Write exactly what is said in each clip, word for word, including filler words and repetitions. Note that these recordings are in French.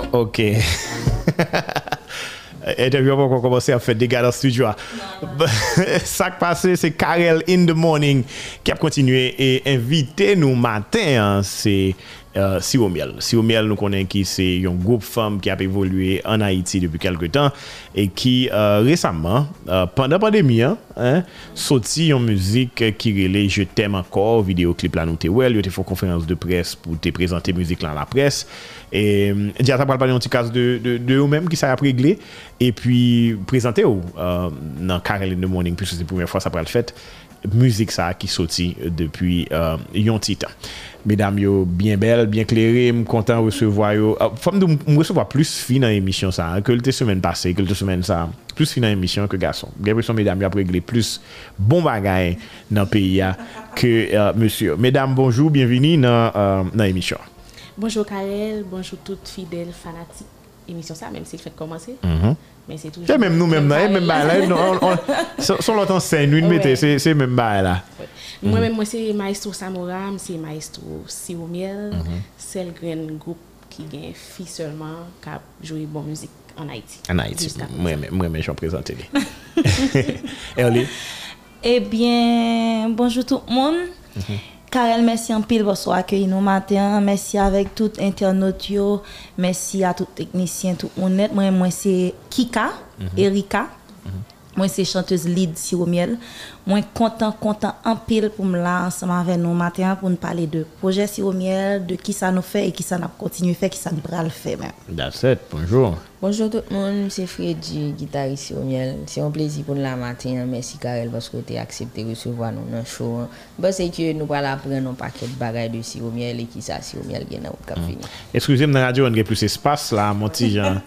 OK. Interview va encore commencer à faire des gars dans le studio. Ça qui passe, c'est Karel in the Morning qui a continué et invité nous matin. C'est euh, Siro Miel. Siro Miel, nous connaissons qui c'est un groupe femme qui a évolué en Haïti depuis quelques temps et qui euh, récemment, euh, pendant la pandémie, hein, hein, sorti une musique qui relève Je t'aime encore, vidéoclip là nous te well, il a fait une conférence de presse pour te présenter musique là à la presse. Et déjà ça parle pas d'un petit cas de de de eux-mêmes qui ça a réglé et puis présenter au euh, dans Karel in the Morning puisque c'est la première fois ça prend le fait musique ça qui sorti depuis euh, un petit temps. Mesdames yo bien belles, bien clairées, me content recevoir yo. Femme de me recevoir plus fine dans l'émission ça hein, que le semaine passée, que le semaine ça plus fine dans l'émission que garçon. J'ai l'impression mesdames y a réglé plus bon bagaille dans le pays que euh, monsieur. Mesdames bonjour, bienvenue dans euh, dans l'émission. Bonjour Karel, bonjour toutes fidèles fanatiques émission ça même si le fait commencer. Mm-hmm. Mais c'est toujours c'est même nous même là, même là on son l'autre scène nous mettez c'est c'est même là. là. Ouais. Moi même moi c'est Maestro Samora, c'est Maestro Siro Miel, mm-hmm. c'est le grand groupe qui gagne fille seulement qui a joué bonne musique en Haïti. En Haïti. Moi moi mais je présenter. Ellie. Eh bien, bonjour tout le monde. Mm-hmm. Karel, merci en pile pour votre accueil nous matin. Merci avec tout internaute yo. Merci à tout technicien, tout honnête. Moi, moi c'est Kika, mm-hmm. Erika. Mm-hmm. Moi, c'est chanteuse lead Siro Miel. Moi, content, content en pile pour me là ensemble avec nous matin pour nous parler de projet Siro Miel, de qui ça nous fait et qui ça n'a continué faire, qui ça nous va le faire même. That's it. Bonjour. Bonjour tout le monde, c'est Freddy, guitariste Siro Miel. C'est un plaisir pour nous la matin. Merci Karel parce que tu as accepté de recevoir nous dans le show. Bon, c'est que nous allons apprendre un paquet de bagages de Siro Miel et qui ça Siro Miel qui est dans le cap fini. Excusez-moi, dans la radio, on a plus d'espace là, mon petit Jean.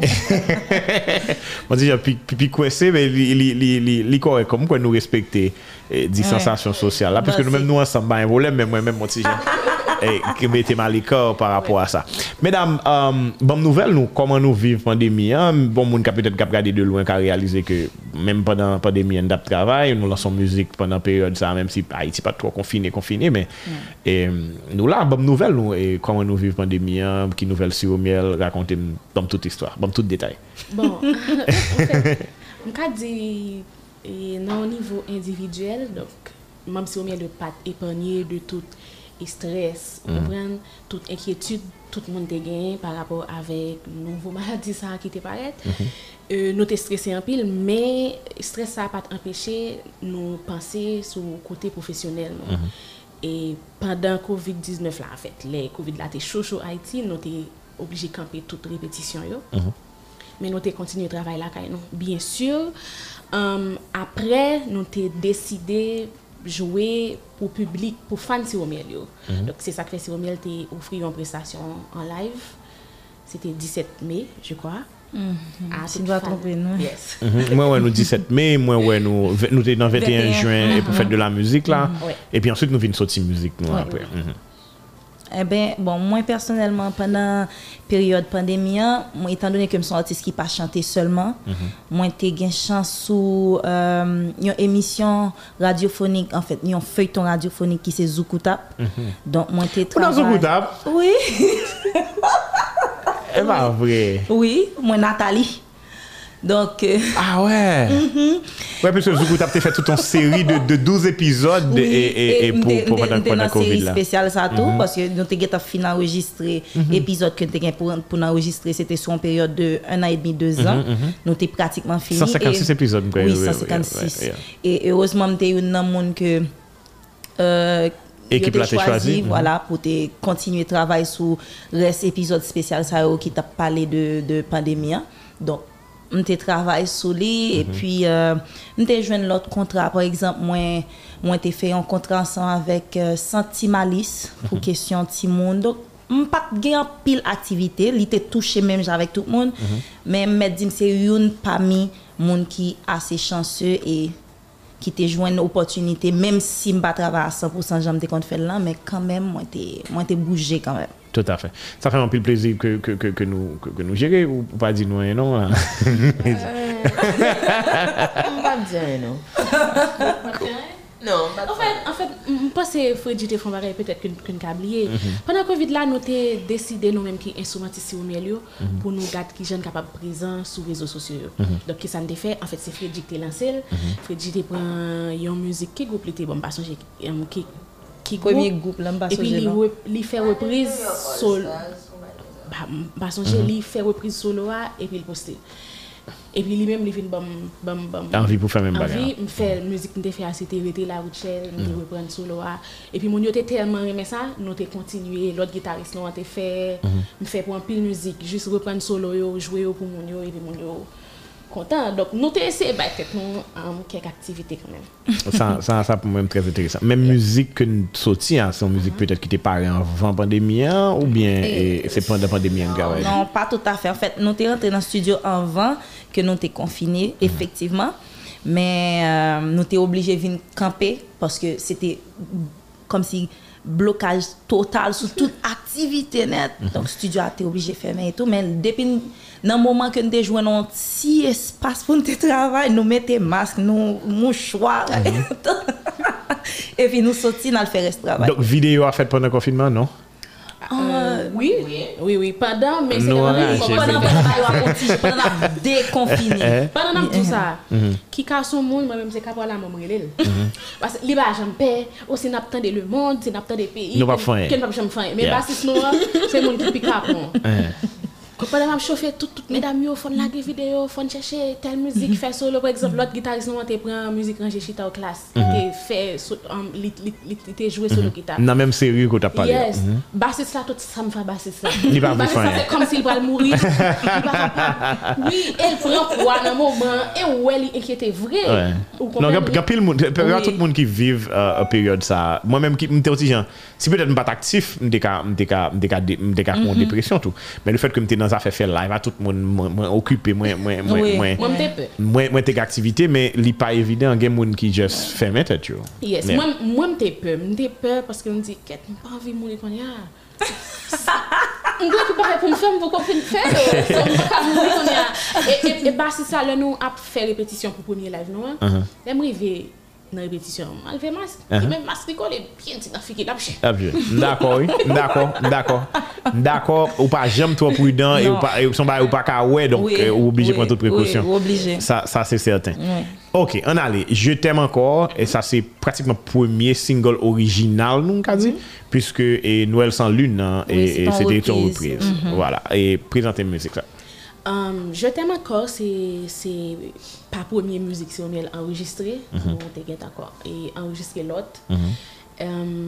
Mon petit Jean, pipi coincé, mais il est correct. Comme quoi nous respecter des sensations sociales là, parce que nous-mêmes nous ensemble, un problème, mais moi-même, mon petit Jean. Et qui mettez mal les corps par rapport à ça. Mesdames, euh, bonne nouvelle, nous, comment nous vivons la pandémie. Hein? Bon, monde qui a peut-être regardé de loin, qui a réalisé que même pendant la pandémie, on a travail, nous lançons musique pendant la période, ça, même si Haïti n'est pas trop confiné, confiné, mais mm. et, nous là, bonne nouvelle, nous, et comment nous vivons la pandémie, hein? Qui nouvelle Siro Miel, racontez dans toute histoire, dans tout détail. Bon, en fait, on peut dire, au niveau individuel, donc, même Siro Miel ne pas épargné de tout. Et stress, mm. comprendre toute inquiétude, tout le monde te gagné par rapport avec nouveau maladie ça qui te paraît. Mm-hmm. Euh, nous te stressé en pile, mais stress ça pas empêché nous penser sur le côté professionnel. Mm-hmm. Et pendant covid dix-neuf là en fait, les Covid là t'es chaud chaud Haïti, nous t'es obligé de camper toute répétition yo. Mm-hmm. Mais nous t'es continué travail là quand nous. Bien sûr, um, après nous t'es décidé jouer pour public, pour fans Siro Miel. Mm-hmm. Donc c'est ça que fait Siro Miel t'a offert une prestation en live. C'était dix-sept mai, je crois. Mm-hmm. Ah, tu dois tromper nous. Yes. Mm-hmm. Moi ouais nous dix-sept mai, moi ouais nous nous étions dans vingt et un juin mm-hmm. et pour faire de la musique là. Mm-hmm. Et puis ensuite nous venons sortir musique nous ouais. après. Mm-hmm. Eh ben bon, moi personnellement pendant période pandémie, moi étant donné que je suis un artiste qui pas chanter seulement, mm-hmm. moi j'ai eu chance sous euh, une émission radiophonique en fait, un feuilleton radiophonique qui c'est Zoukoutap. Mm-hmm. Donc moi j'ai travaillé. Zoukoutap? Oui. C'est pas vrai. Oui, moi Nathalie. Donc euh... ah ouais. Mm-hmm. Ouais parce que Zoukoutap t'a fait toute une série de de douze épisodes oui, et et, et pour pour pendant pendant Covid là. Spécial ça tout mm-hmm. parce que nous t'ai fini enregistrer mm-hmm. épisode que t'ai pour pour enregistrer c'était sur une période de un an et demi deux ans. Mm-hmm. Nous t'ai pratiquement fini cent cinquante-six et, épisodes quoi. Oui, cent cinquante-six. Yeah, yeah. Et heureusement t'ai eu un monde que euh équipe là t'ai choisi voilà mm-hmm. pour te continuer travail sur reste épisode spécial ça qui t'a parlé de de pandémie. Donc on te travaille sur lui mm-hmm. et puis euh, on te joindre l'autre contrat par exemple moi moi t'ai fait un contrat ensemble avec euh, Santi Malice pour mm-hmm. question petit monde donc on pas gain pile activité il était touché même avec tout le monde mm-hmm. mais me dit c'est une parmi monde qui assez chanceux et qui te joint une opportunité même si me pas travailler à cent pour cent j'aime te compte faire là mais quand même moi t'ai moi t'ai bougé quand même. Tout à fait. Ça fait un peu plaisir que que que que nous que, que nous gérer ou pas dire non non là. On va dire non. Non, pas En fait, en fait, je pense que Freddy te font pareil peut-être qu'une câblier. Pendant Covid là, nous avons décidé nous-mêmes qui instrumentistes au milieu pour nous garder qui jeunes capables présents sur les réseaux sociaux. Donc qu'est-ce ça nous fait? En fait, c'est Freddy qui t'a lancé. Freddy te prend une musique qui groupe était bon pas songer qui qui premier groupe là pas et puis il il fait reprise solo. Bah pas songer il fait reprise solo et puis il poste. Et puis lui-même il vient bam bam bam envie pour faire même bagarre envie me faire musique me fait assez arrêter la Rochelle me reprendre solo et puis mon yo était tellement aimé ça nous t'ai continué l'autre guitariste nous t'ai fait me fait pour un pile musique juste reprendre solo yo jouer pour mon yo et puis mon yo content donc nous t'ai essayé bah tête nous en quelques activités quand même ça ça ça pour moi très intéressant même musique que nous sorti hein, c'est musique peut-être qui était parée avant pandémie hein, ou bien et, et c'est pendant pandémie ouais. Non, pas tout à fait. En fait, nous t'es rentré dans le studio avant que nous t'es confiné effectivement, mais euh, nous t'es obligé de venir camper parce que c'était comme si blocage total sur toute activité net. Donc le studio a été obligé de fermer et tout, mais depuis dans le moment que nous t'es joué un petit espace pour notre travail, nous mettons masque, nous mouchoirs et puis nous sortis dans le faire ce travail. Donc vidéo a fait pendant le confinement non? Euh, oui, oui, oui, pendant, mais c'est Non, quand Pendant pendant la déconfiné. pendant tout ça, qui casse son monde, moi-même, c'est qu'à la maman relève. Parce que les bas j'aime pas, aussi n'a pas le monde, c'est n'a pas des pays. Nous pas faire. Quel pas j'aime faire. Mais bah c'est noir, c'est monde qui pique à moi. Quand pendant m'a chauffer tout toutes mesdames yo font la vidéo, font chercher telle musique faire solo par exemple l'autre guitariste nous te prend musique ranger chita en classe et fait il jouer solo guitare. Dans même série que tu as parlé. Yes. Bassiste là tout ça me fait bassiste là. Il va Bassiste là c'est comme s'il va mourir. Oui, elle prend poids dans moment et où elle inquiétait vrai. Non, quand pile monde, tout le monde qui vive en période ça, moi-même qui m'étais aussi genre si peut-être pas actif, m'étais ca m'étais ca m'étais ca m'étais ca en dépression tout. Mais le fait que m'étais dans ça fait faire live à tout le monde moins occupé moins moins moins moins moins moins tes activités mais il pas évident game monde qui juste ferme tête yo. Yes, moi moi m'étais peur, m'étais peur parce que me dit qu'est pas envie mourir qu'on y a. On doit pas pour me faire pour qu'on faire ça me pas mourir qu'on y a. Et et bah c'est ça là nous a fait répétition pour premier live nous. J'aime rêver dans répétition. Elle fait masque, et même masque collé bien petit dans fique là. D'accord, oui. D'accord, d'accord. D'accord, ou pas jamais trop prudent et ou pas et son ba ou pas ka ouais donc oui, ou obligé oui, prendre toutes précautions. Oui, obligé. Ça ça c'est certain. Oui. OK, on allait. Je t'aime encore et ça c'est pratiquement premier single original nous qu'a dit mm-hmm. puisque et Noël sans lune hein, oui, et, et c'était une reprise. Mm-hmm. Voilà, et présenter musique là. Um, je t'aime encore, c'est c'est pas première musique c'est on enregistré, mm-hmm. on t'es d'accord et enregistrer l'autre. Mm-hmm.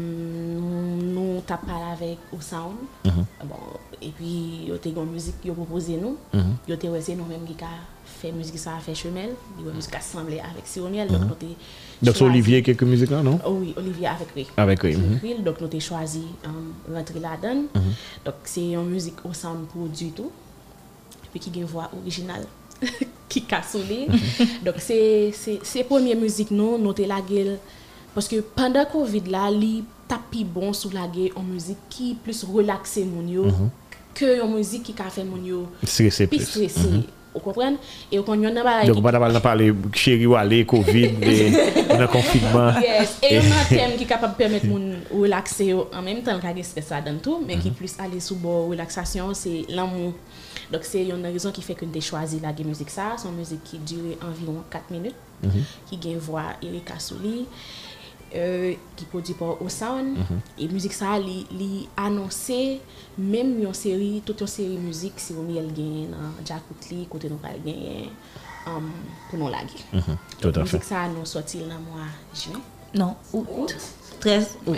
Um, nous t'a parlé avec au sound. Mm-hmm. Bon et puis yo t'ai une musique yo proposé nous. Mm-hmm. Yo t'ai c'est nous même qui a fait musique ça a fait chemel, yo musique assemblée avec Siromiel mm-hmm. donc nous donc c'est Olivier quelques musiques là non? Oh oui, Olivier avec lui. Avec lui. Mm-hmm. Donc nous t'ai choisi um, rentrer là-dedans. Mm-hmm. Donc c'est une musique au sound produit tout. Puis qui a une voix originale qui cassolé donc c'est c'est c'est première musique non noter la gueule parce que pendant Covid là li tapi bon sous la gueule en musique qui plus relaxer mon yo mm-hmm. que une musique qui a fait mon yo stressé plus stressé vous comprenez et on y en a pas donc pas pas parler chéri ou aller Covid et le confinement yes et un thème qui capable permettre mon relaxer en même temps qu'il stress ça dans tout mais mm-hmm. qui plus aller sous bord relaxation c'est l'amour. Donc c'est une raison qui fait que j'ai choisi la musique ça, c'est une musique qui dure environ quatre minutes, mm-hmm. qui a une voix Erika Souli, euh, qui produit par au sound mm-hmm. et musique ça li li annoncé même une série toute une série musique si on y a gain dans Jacoutli côté nous va gagner um, pour nous laguer. Mm-hmm. Tout à fait. Musique ça nous sorti dans mois juin. Non, août. treize août.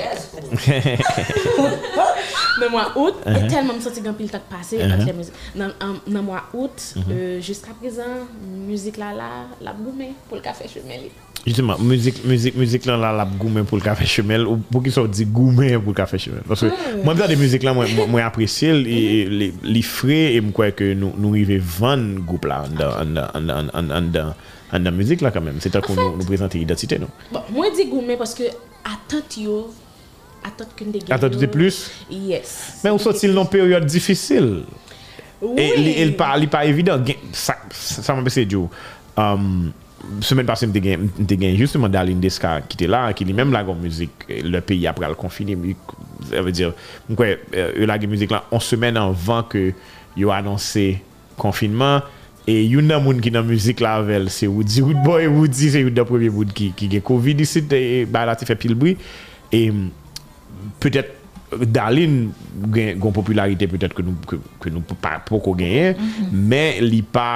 Dans mois août, uh-huh. et tellement me senti grand pile tak passé uh-huh. la musique. Dans dans mois août, uh-huh. euh, jusqu'à présent, musique là là, la goumé pour le café Chemel. Justement, musique musique musique là là la goumé pour le café Chemel ou pour qui sont dit goumé pour le café Chemel parce que uh-huh. moi des musiques là moi moi apprécie les les les frais et me crois que nous nous arriver vendre groupe là dans dans dans dans dans musique là quand même, c'est à qu'on nous, nous présenter l'identité non. Bon, moi dis goumé parce que attente yo attente que des gars. Attente plus? Yes. Mais on sorti dans une période difficile. Oui. Et il pas il pas évident ça ça m'a passé Joe. Um semaine passée, je gagné justement Darlene Desca qui était là, qui dit même la musique, le pays après le confiné. Ça veut dire, quoi, euh, la musique là, on semaine avant que ils ont annoncé confinement. Et il y a des gens qui dans la musique là, c'est Woody, Woodboy, Woody, c'est le premier Wood qui qui a Covid ici, et bah là, tu fais pile bruit. Et peut-être Darlene a une popularité peut-être que nous que, que nous pas beaucoup gagner, mm-hmm. mais il n'est pas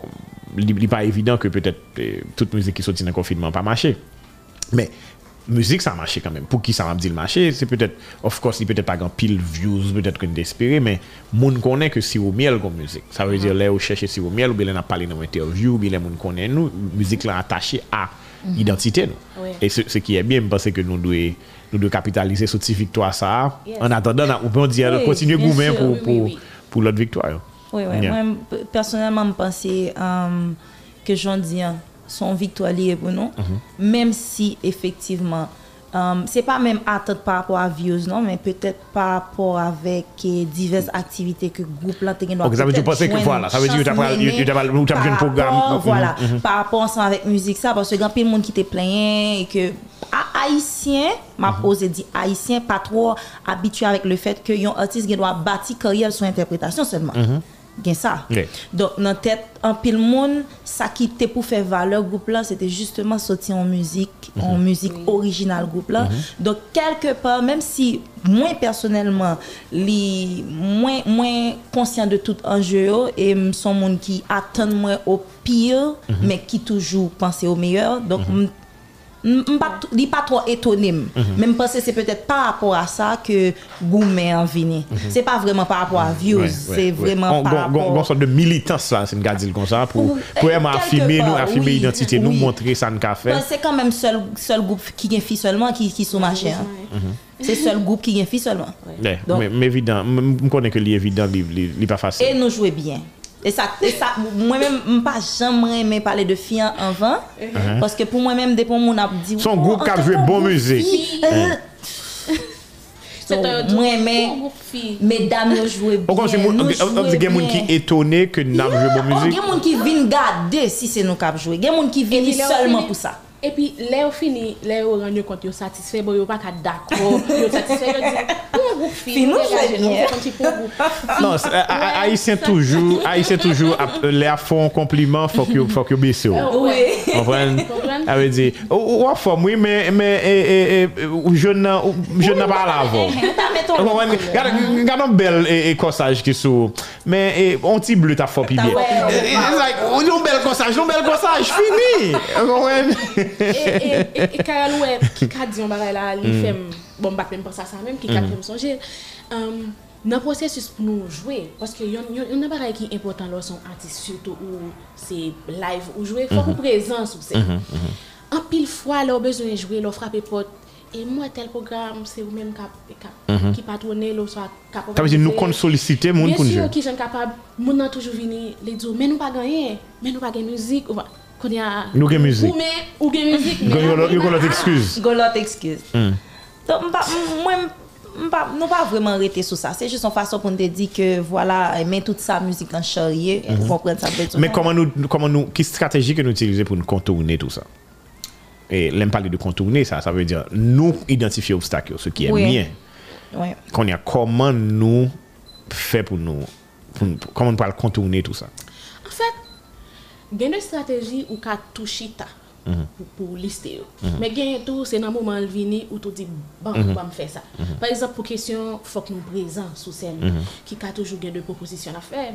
il pas évident que peut-être eh, toute musique qui sortit dans le confinement pas marché. Mais musique ça a marché quand même. Pour qui ça m'a dit le marché, c'est peut-être of course il peut-être pas grand pile views peut-être qu'on espérer mais moun connaît que Sirop Miel comme musique. Ça veut dire là où chercher Sirop Miel ou bien on a parlé dans une interview, ou bien les moun connaît nous musique là attachée à mm-hmm. identité nous. Oui. Et ce, ce qui est bien parce que nous devons nous devons capitaliser sur cette victoire ça. Yes. En attendant on peut dire oui, continuer goumer pour oui, pour, oui, oui. pour l'autre victoire. Oui oui, yeah. Moi personnellement je pense um, que j'en dis son victoire liée pour nous, mm-hmm. même si effectivement um, c'est pas même attente par rapport à views non, mais peut-être par rapport avec eh, diverses activités que groupe là t'es doit. Ça veut dire penser que voilà, ça veut dire tu as tu as un programme voilà, mm-hmm. par rapport ensemble avec musique ça parce que grand pile monde qui te plaint et que haïtien m'a osé dire haïtien pas trop habitué avec le fait que un artiste doit bâtir carrière sur interprétation seulement. Mm-hmm. Gen ça. Yeah. Donc dans tête en pile monde ça qui était pour faire valeur groupe là c'était justement sortir en musique mm-hmm. en musique oui. originale groupe là. Mm-hmm. Donc quelque part même si moi personnellement li moins moins conscient de tout enjeu et son monde qui attend moi au pire mm-hmm. mais qui toujours penser au meilleur donc mm-hmm. Je ne pas trop étonné. Mm-hmm. Même parce que c'est peut-être par rapport à ça que Goumet en vini. Mm-hmm. Ce n'est pas vraiment par rapport à views, ouais, c'est ouais, vraiment ouais. par on, rapport... On, on, on sorte de militance là, c'est une garde comme ça, pour, pour affirmer nous, affirmer oui, l'identité, oui. nous montrer ça nous qu'a fait. C'est quand même seul seul groupe qui est fille seulement qui qui sont marché. Hein. Mm-hmm. C'est seul groupe qui est fille seulement. Ouais. Donc, mais, mais évident, je connais que l'évident, il n'est pas facile. Et nous jouer bien. Et ça, et ça moi-même, pas jamais aimé parler de filles avant. Uh-huh. Parce que pour moi-même, depuis mon a dit. Son oh, groupe qui a joué bonne musique. C'est un groupe fille. Mesdames, nous jouons bien. Comme si il y a des gens qui sont étonnés que nous avons joué bonne musique. Il y a des gens qui viennent garder si c'est nous qui avons joué. Il y a des gens qui viennent seulement pour ça. Et puis, là, au fini, là, on rend compte que vous satisfait, bon, vous pas d'accord, vous satisfait, vous dites, pour vous, fille, nous, c'est bien. Non, Haïtien toujours, Haïtien toujours, les font compliment, faut que faut que baisse. Oui. Comprenez? Ça veut dire, ou à forme, oui, mais mais je n'ai je n'ai pas à l'avant. Comprenez? Regardons belle et corsage qui sont, mais on petit bleu ta fort bien. On un bel corsage, un bel corsage, fini. Comprenez? et et et Karel ouais qui a dit on bagay là il fait bon pas même pas ça ça même qui a fait me songer euh dans processus pour nous jouer parce que yon yon bagay qui important là son artiste surtout où c'est live ou jouer faut qu'on présence ou c'est en pile fois là besoin de jouer là frapper porte et moi tel programme c'est vous même cap qui patronner là soit capable ça veut dire nous qu'on solliciter monde pour jouer bien sûr qui sont capable mon nan toujours venir les dire mais nous pas gagner mais nous pas gagner musique ou qu'on y a nous gagne musique ou mais ou gagne musique mais il y a l'autre excuse il y a l'autre excuse donc moi pas nous pas vraiment arrêter sur ça c'est juste une façon pour te dire que voilà met toute sa musique en charrier et comprendre ça mais comment nous comment nous quelle stratégie que nous utiliser pour nous contourner tout ça et l'aime parler de contourner ça ça veut dire nous identifier obstacles ce qui est oui. bien oui qu'on y a comment nous faire pour nous pour, comment on peut contourner tout ça en fait il y a une stratégie où ka toucher ta pour pour lister mais gagne tout c'est dans moment vini où tu dis bon on va me faire ça par exemple pour question faut que nous présent sur scène qui a toujours gagne de propositions à faire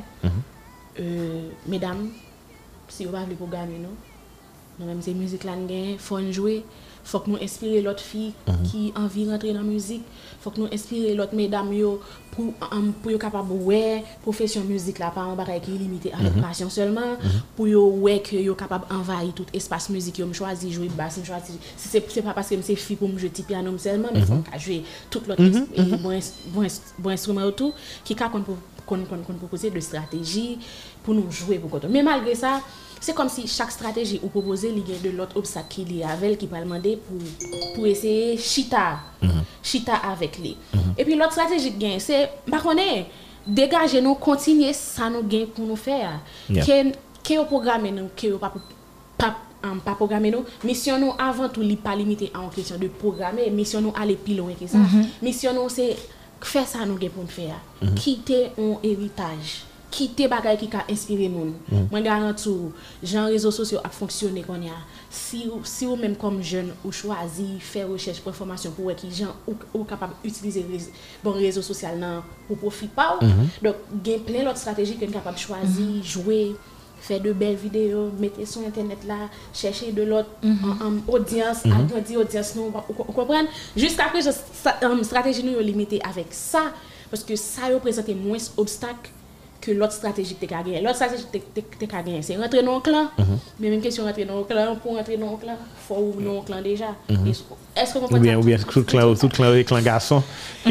euh mesdames si vous voulez programmer nous nous même ces musique là gagne faut jouer faut que nous inspirer l'autre fille qui envie rentrer dans la musique faut que nous inspirer l'autre mesdames yo pour um, pour yo capable ouais profession musique là pas un bagage qui est limité avec mm-hmm. passion seulement mm-hmm. pour yo ouais que yo capable envahir tout espace musique yo me choisir jouer basse me choisir si c'est c'est pas parce que c'est fille pour me jouer piano seulement mais mm-hmm. faut jouer tout l'autre mm-hmm. bon bon bon instrument autour qui ca qu'on qu'on qu'on proposer de stratégie pour nous jouer pour mais malgré ça c'est comme si chaque stratégie ou proposer il y a de l'autre obstacle qui est avec qui va demander pour pour essayer chita mm-hmm. chita avec lui mm-hmm. et puis l'autre stratégie gain c'est pas connait dégager nous continuer ça nous gain pour nous faire que que au programme nous que pas pas um, pas programmer nous. Mission nous avant tout, li pas limité en question de programmer. Mission nous aller plus loin que ça. Mm-hmm. Mission nous c'est faire ça nous pour nous faire. Mm-hmm. Quitter un héritage. Quitter bagay qui ka inspiré moun. Mm. Moi garantis genre réseaux sociaux a fonctionné qu'on y a. Si si ou même comme jeune ou choisi faire recherche pour information pour qui gens ou, ou capable utiliser bon réseaux sociaux nan pour profiter pas. Mm-hmm. Donc gain plein d'autres stratégies qu'on capable choisir, mm-hmm. jouer, faire de belles vidéos, mettre sur internet là, chercher de l'autre mm-hmm. en, en audience, mm-hmm. agrandir audience nous comprendre. Jusqu'à présent um, stratégie nous limitée avec ça parce que ça représente moins d'obstacles que l'autre stratégie que tu as gagné. L'autre stratégie que tu as gagné, c'est rentrer dans le clan. Mm-hmm. Mais même question rentrer dans le clan, pour rentrer dans le clan, il faut ouvrir dans le clan déjà. Mm-hmm. Est-ce que vous comprenez? Ou bien, ou bien, tout le clan, tout clan, clan garçon. Non,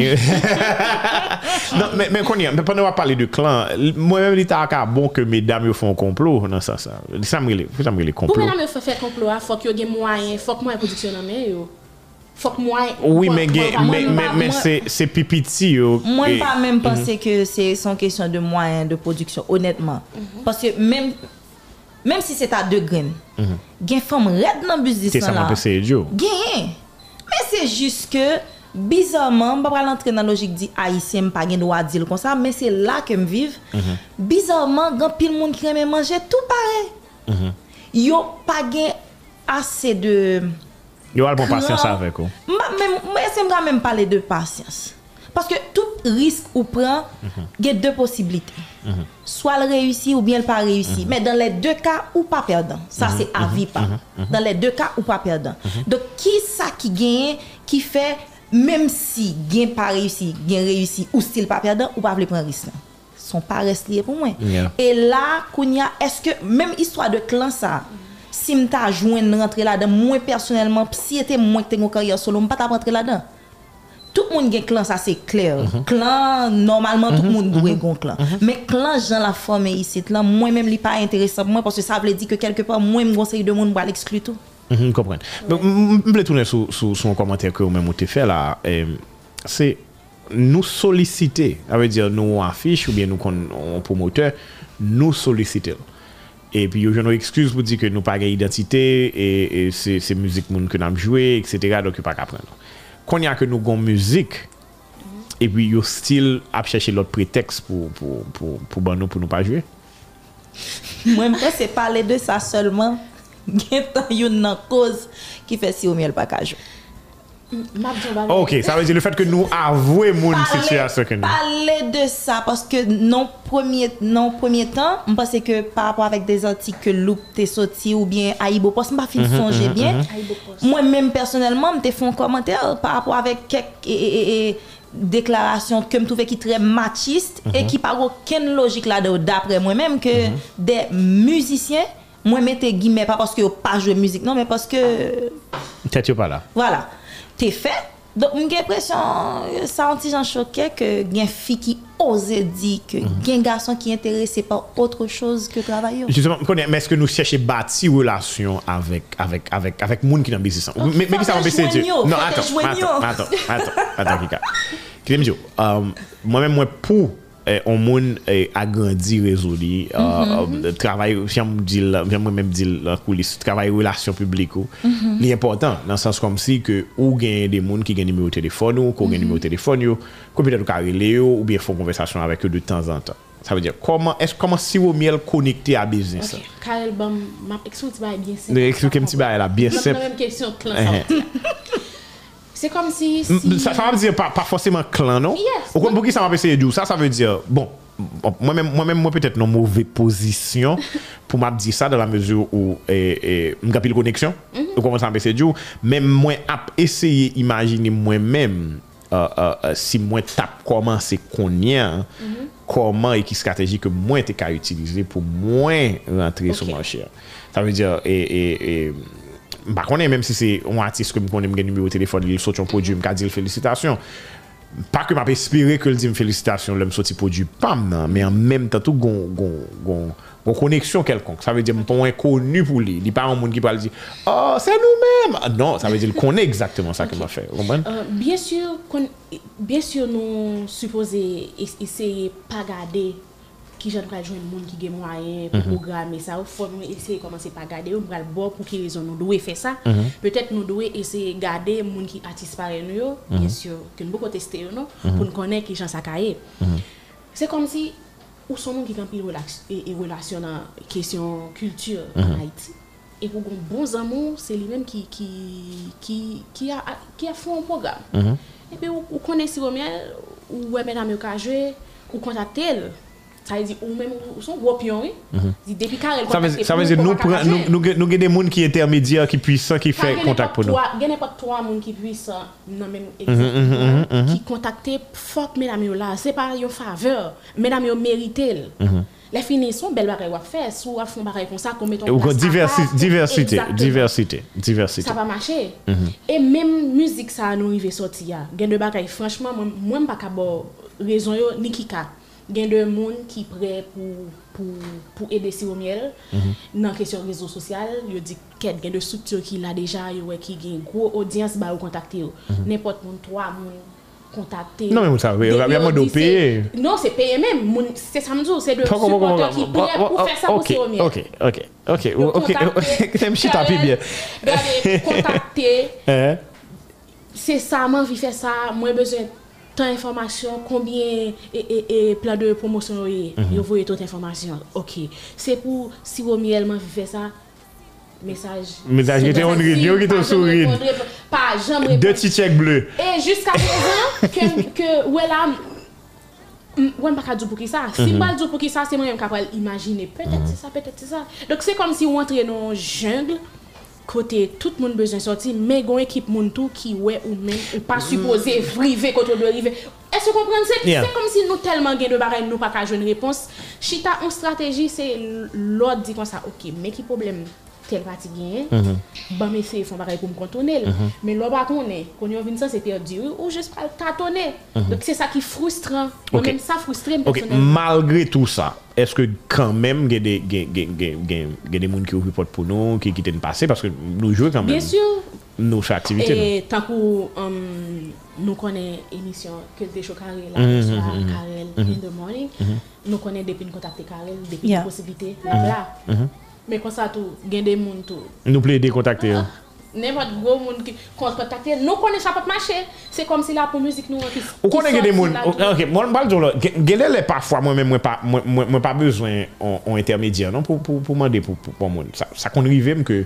mais, mais qu'on y a, mais pendant qu'on va parler de clan, moi-même, il est bon que mesdames font un complot dans ça. Ça Ça me les complot. Pour mesdames faire complot, il faut qu'il y ait des moyens, il faut que moi, la production en main. Faut que moi oui mais mais mais, mais c'est c'est pipiti yo moi et, pas même penser mm-hmm. que c'est son question de moyens de production honnêtement mm-hmm. parce que même même si c'est à deux graines mm-hmm. gain femme red dans business là c'est ça c'est idiot gain mais c'est juste que bizarrement pas rentrer dans logique dit haïtien pas gain droit dire comme ça mais c'est là que me vive mm-hmm. bizarrement grand pile monde qui aime manger tout pareil mm-hmm. yo pas gain assez de il y a bonne patience avec vous. Mais j'aimerais même parler de patience. Parce que tout risque ou prend, il y a deux possibilités. Mm-hmm. Soit le réussit ou bien le pas réussi. Mm-hmm. Mais dans les deux cas, ou pas perdant. Ça, mm-hmm. c'est à vie pas. Mm-hmm. Dans les deux cas, ou pas perdant. Mm-hmm. Donc, qui ça qui gagne, qui fait, même si gagne pas réussi, gagne réussi, ou style pas perdant, ou pas voulez prendre risque. Son pas lié pour moi. Yeah. Et là, Kounia, est-ce que, même histoire de clan, ça, si m'ta joindre rentrer là-dedans moi personnellement si était moi qui t'ai carrière solo m'pas ta rentrer là-dedans tout le monde gagne clan ça c'est clair mm-hmm. clan normalement mm-hmm. tout le monde doit mm-hmm. clan mm-hmm. mais clan Jean la formé ici là moi même li pas intéressant pour moi parce que ça veut dire que quelque part moi me conseille de monde pour l'exclure tout mm-hmm, comprendre ouais. Je voulais tourner sur sur son commentaire que vous même t'ai fait là euh, c'est nous solliciter ça veut dire nous affiche ou bien nous on promoteur nous solliciter. Et puis, il y a une excuse pour dire que nous n'avons pas d'identité et, et c'est, c'est musique que nous avons joué, et cetera. Donc, il n'y a pas qu'à prendre. Quand il y a que nous avons musique, mm-hmm. et puis il y a style à chercher l'autre prétexte pour, pour, pour, pour, pour, nous, pour nous pas jouer. Moi, je pense c'est parler de ça seulement. Il y a une cause qui fait si au mieux le pas jouer. Ok, ça veut dire le fait que nous avouons mon situation que nous. Parler de ça parce que non premier non premier temps, je pense que par rapport avec des articles que Loop t'es sorti ou bien Aibo Post, m'a fin songer bien. Moi même personnellement, me t'ai fait un commentaire par rapport avec quelques et, et, et, déclarations que me trouvais qui très machiste mm-hmm. et qui pas aucune logique là-dedans d'après moi-même que mm-hmm. des musiciens moi mettez guillemets pas parce que pas jouer musique non mais parce que peut-être pas là. Voilà. T'es fait. Donc, j'ai l'impression, ça a un choqué que il y a une fille qui ose dire que il y a un garçon qui est intéressé par autre chose que travailler. Justement, mais est-ce que nous cherchons bâtir relation avec avec avec avec monde qui dans business? Mais mais qui ça va baisser Dieu? Non, attends, attends, attends, attends, attends, Kika. Qui me dit, moi-même moi pour on monde agrandi résolu travail j'aime dire j'aime même dire la coulisse travail relation publique c'est important dans le sens comme si que ou gagne des monde qui gagne numéro de téléphone ou qui gagne numéro de téléphone yo qu'on peut être carré ou bien font conversation avec eux de temps en temps ça veut dire comment est-ce comment si vous miel connecté à business OK Karel bam m'a expliquer bien simple expliquer un petit bail là bien simple même question clan c'est comme si, si... Ça, ça veut dire pas, pas forcément clan, non? Yes. Ou pour qui ça va essayer de ça, ça veut dire, bon, moi-même, moi-même, moi peut-être dans une mauvaise position pour me dire ça dans la mesure où je n'ai plus de connexion. Mm-hmm. Ou comment ça va essayer de dire. Même moi, essayer d'imaginer moi-même euh, euh, si moi tape comment c'est qu'on y a, mm-hmm. comment et qui stratégie que moi t'es qu'à utiliser pour moins rentrer okay. sur le marché. Ça veut dire, et, et, et bah connais même si c'est un artiste que me connais me numéro de téléphone il sort un produit me dire félicitations pas que m'a espérer que le dit félicitations l'homme sorti produit pam mais en même temps tout gon gon gon gon connexion quelconque ça veut dire pas un connu pour lui il pas un monde qui parle dire oh c'est nous-mêmes non ça veut dire il connaît exactement ça okay. que m'a fait vous comprenez euh, bien sûr bien sûr nous supposer essayer pas garder qui j'en pral joindre monde qui gen moyen pour programmer ça, faut essayer commencer par garder, on pral bon pour quelle raison nous devons faire ça. Peut-être nous devons essayer garder monde qui artiste pareil nous yo, bien sûr, que nous beaucoup tester non pour nous connaître qui gens ça cahier. C'est comme si ou son monde qui campe et relation dans question culture en Haïti. Et pour un bon amour, c'est lui-même qui qui qui qui a qui a fait un programme. Et puis ou connaît si Romiel ou ouais mesdames yo ka jouer ou contacter elle. Ça veut dire ou même ou son gros pion oui. Depuis Karel ça veut ça veut dire nous nous nous nous des monde qui intermédiaire qui puissant qui fait contact pour nous. Il y a n'importe trois monde qui puissant dans même exemple qui contacter fuck mesdames yo là, c'est pas une faveur. Mesdames yo mérité. Les filles sont belles bagages à faire, soit à fond bagages comme ça comme mettons diversité diversité diversité diversité. Ça va marcher. Et même musique ça nous arrivé sorti ya. Gen de bagages franchement moi moi pas ka bon raison yo ni kika. Gen de monde qui prêt pour pour pour aider Siromiel dans question réseaux sociaux, yo dit qu'elle gen de structure qui là déjà yo qui gen gros audience ba ou contacter n'importe monde trois monde contacter. Non mais ça il y a mode payer. Non, c'est payer même, c'est ça me dit c'est de supporters qui prêt pour faire ça pour Siromiel. OK, OK. OK, OK. C'est petit tapis bien. Regardez, contacter. C'est ça moi envie faire ça, moi besoin tant d'informations, combien et, et, et plein de promotions, vous voyez toute information. Ok, c'est pour Siromiel m'a fait ça. Message. Message qui était en radio, qui était sourire. Pas jamais. Deux petits chèques bleus. Et jusqu'à présent, que, que, ouais là, ouais, pas dire pour qui ça. Si pas dire pour qui ça, c'est moi-même capable d'imaginer. Peut-être c'est ça, peut-être c'est ça. Donc c'est comme si on entrait dans une jungle. Côté tout le monde besoin sortir mais gon équipe monde tout qui ouais ou même ou pas supposé arriver côté de arriver est-ce que vous comprenez c'est yeah. C'est comme si nous tellement gain de bagaille nous pas ka joindre réponse chita en stratégie c'est l'autre dit comme ça OK mais qui problème tel parti gain bon mais c'est font bagaille pour me contourner mais l'autre pas connaît quand on vient ça c'est perdu ou juste pas tâtonner donc c'est ça qui frustrant okay. Même ça frustré OK malgré tout ça est-ce que quand même il y a des des des monde qui ouvrent porte pour nous qui quittent passer parce que nous jouons quand même bien sûr nos activités et tant que um, nous connaissons émission que des shows Karel là Karel in the morning nous connaissons depuis nous contacter Karel depuis yeah. Possibilité là mais comme ça tout gain des monde tout nous plaider contacter n'importe gros monde qui contacter nous connaissons pas marcher c'est comme si là pour musique nous on connaît des monde OK moi parle de là gelé parfois moi même moi pas moi moi pas besoin en intermédiaire non pour pour pour demander pour pour monde ça ça qu'on arrive que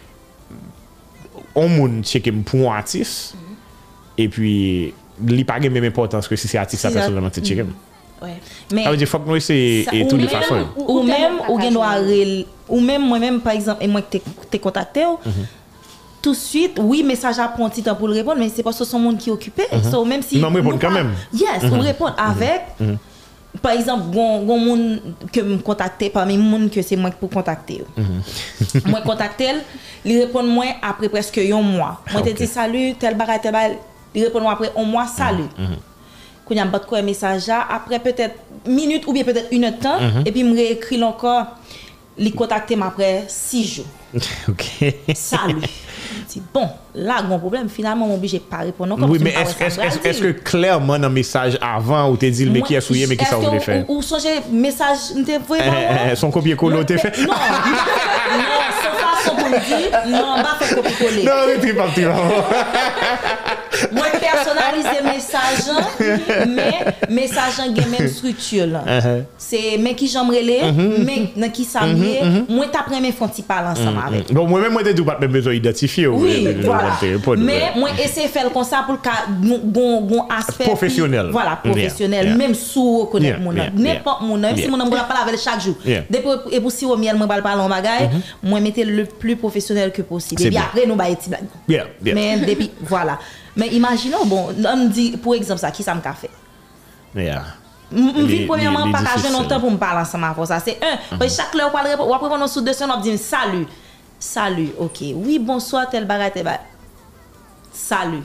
on monde checker pour un artiste et puis il pas même importance que si c'est artiste ça personnellement c'est checker. Ouais. Mais ça veut dire faut que nous c'est et toutes les façons ou même ou gen doit ou même moi même par exemple et moi que t'es contacté tout de suite oui message à prendre petit temps pour le répondre mais c'est parce que son monde qui est occupé so même si non répondre quand même yes on répond avec par exemple gon gon monde que me contacter parmi monde que c'est moi pour contacter moi contacter il répond moi après presque un mois moi te dit salut tel bagage tel bagage il répond moi après un mois salut quand il y a pas quoi message après peut-être minute ou bien peut-être une heure de temps et puis me réécrit encore il contacter après six jours. OK. Salut. C'est bon, là un problème finalement obligé pas répondre comme oui, mais est-ce est-ce est est que clairement dans message avant ou te dit mais qui a souillé mais qui ça voulait faire ou songer message n'était vraiment son copier-coller t'es fait non non c'est façon pour dire non pas faire copier-coller non mais pas tu moi personnaliser message mais message en game même structure là c'est mais qui j'aimerais les mais dans qui ça moi t'apprends mes font parler ensemble avec bon moi même moi t'ai pas besoin d'identifier oui voilà mais moi essayer faire comme ça pour gon gon aspect professionnel voilà professionnel même sous reconnaître mon n'importe mon même si mon on va parler avec chaque jour depuis et pour Siromiel moi pas parler en bagaille moi mettre le plus professionnel que possible et puis après nous ba petit blague mais depuis voilà mais imaginons bon on dit pour exemple ça qui ça me fait yeah m'vit premièrement pas ka jeune longtemps pour me parler ensemble pour ça c'est un parce chaque heure on va prendre sous deux semaines on dit salut salut OK oui bonsoir tel bagage tel bagage salut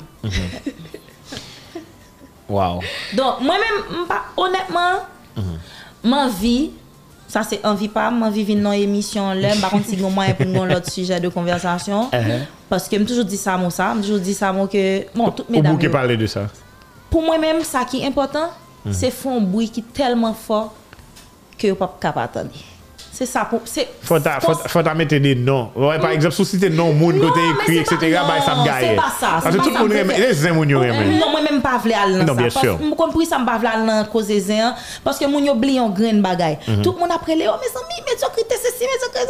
wow donc moi même honnêtement ma vie ça c'est envie pas ma vie vinn dans émission là par contre si gon moyen pour gon l'autre sujet de conversation parce que me toujours dit ça moi ça me toujours dit ça moi que bon toutes mesdames qui parler de ça pour moi même ça qui est important c'est font un bruit qui tellement fort que vous pas capable attendre. C'est ça pour c'est faut ta faut faut ta mettre des noms. Ouais, par exemple sous citer non monde côté écrit et cetera bah ça me gagne. C'est pas ça. Parce que tout le monde aime les moun yo aime. Non, moi même pas vle aller Non, dans bien ça. sûr. Parce que compris ça me pas vle aller dans cause zin parce que moun yo oublie un grain bagay. Tout le monde après les oh mes amis, mais tu critère ceci, mais tu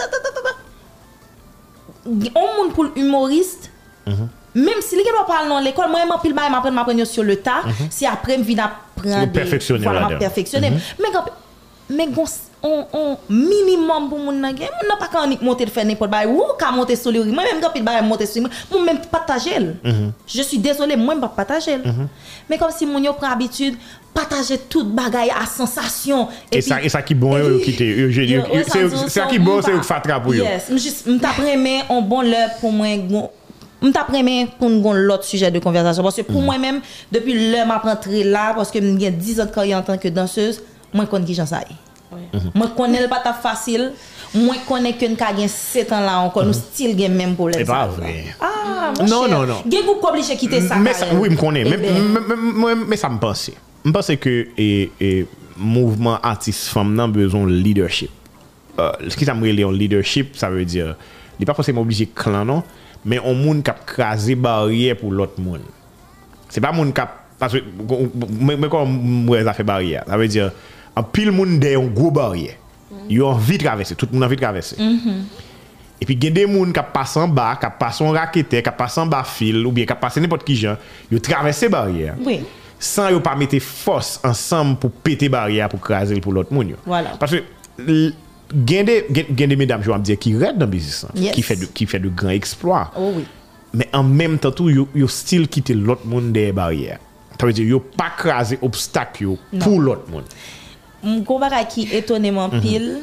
on monde pour humoriste. Même si les gars parlent dans l'école, moi même pile bail m'apprendre m'apprendre sur le tas, si après me vinn apprendre perfectionner voilà, perfectionner. Mais mais on on minimum pour mon nan gen, mon n'a pas quand monter faire n'importe bail ou ka monter sur lui. Moi même quand pile bail monter sur moi même partager. Je suis désolé, moi même pas partager. Mais comme si mon yo prend habitude partager toute bagaille à sensation et, et ça et ça qui bon yo quitter c'est ça qui bon c'est fatra pour yo. Yes, juste m't'après on bon l'heure pour moi m't'après pour nous l'autre sujet de conversation parce que pour moi même depuis l'heure m'a rentré là parce que j'ai dix ans de carrière en tant que danseuse, moi connais qui j'en sais. Moi connais pas ta facile, moi connais que n'ka gen sept ans là encore nous style game même pour les. C'est pas vrai. Ah, non non non. Gen vous obligé quitter ça. Mais ça, oui, me connais mais mais mais ça me pense. Je pense que et et mouvement artiste femme n'a besoin de leadership. Euh, ce qui ça me relève leadership, ça veut dire il pas forcément obligé clan non, mais on monde qui craser barrière pour l'autre monde. C'est pas monde qui parce que mais comme moi ça fait barrière. Ça veut dire en pile monde derrière un gros barrière. Ils ont envie de traverser, tout le monde a envie de traverser. Et puis il y a des gens qui passent en bas, qui passent en raquette, qui passent en bas fil ou bien qui passent n'importe qui genre, ils traversent barrière. Oui. Sans yo pas mettre force ensemble pour péter barrière pour craser pour l'autre monde. Voilà. Parce que gen des gen des mesdames je vais dire qui restent dans business yes. qui fait de, qui fait de grands exploits. Oh oui. Mais en même temps tout yo, yo style quitter l'autre monde des barrières. Ça veut dire yo pas craser obstacle yo pour l'autre monde. Mon combat qui étonnement pile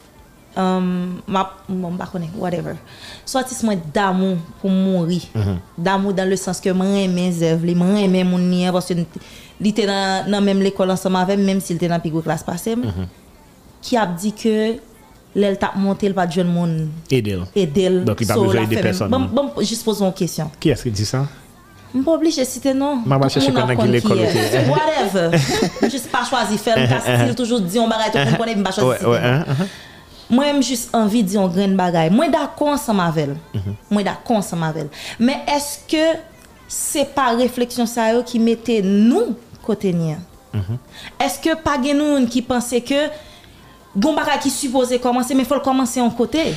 um, ma bon pas connaît whatever. Soit moi d'amour pour mourir. Mm-hmm. D'amour dans le sens que moi aime mes œuvres, moi aime mon lien parce que il était dans dans même l'école ensemble avec même s'il était dans pigo classe passée. Mm-hmm. Qui a dit que l'elle t'a monté le pas de jeune monde aider. Aider. Donc il pas besoin de personne. Bon bon juste poser une question. Qui est-ce qui dit ça? Je ne suis pas obligé de citer non. Je ne vais pas chercher pendant l'école. Whatever. Je ne suis pas choisi faire un style toujours dit on bagaille tout le monde connaît, je ne vais pas choisir. Moi j'ai juste envie de dire un grain de bagaille. Moi d'accord ensemble avec elle. Moi d'accord ensemble avec elle. Mais est-ce que c'est pas réflexion ça qui mettait nous côté nia? Est-ce que pas nous qui pensait que bon bagaille qui supposé commencer mais faut le commencer en côté?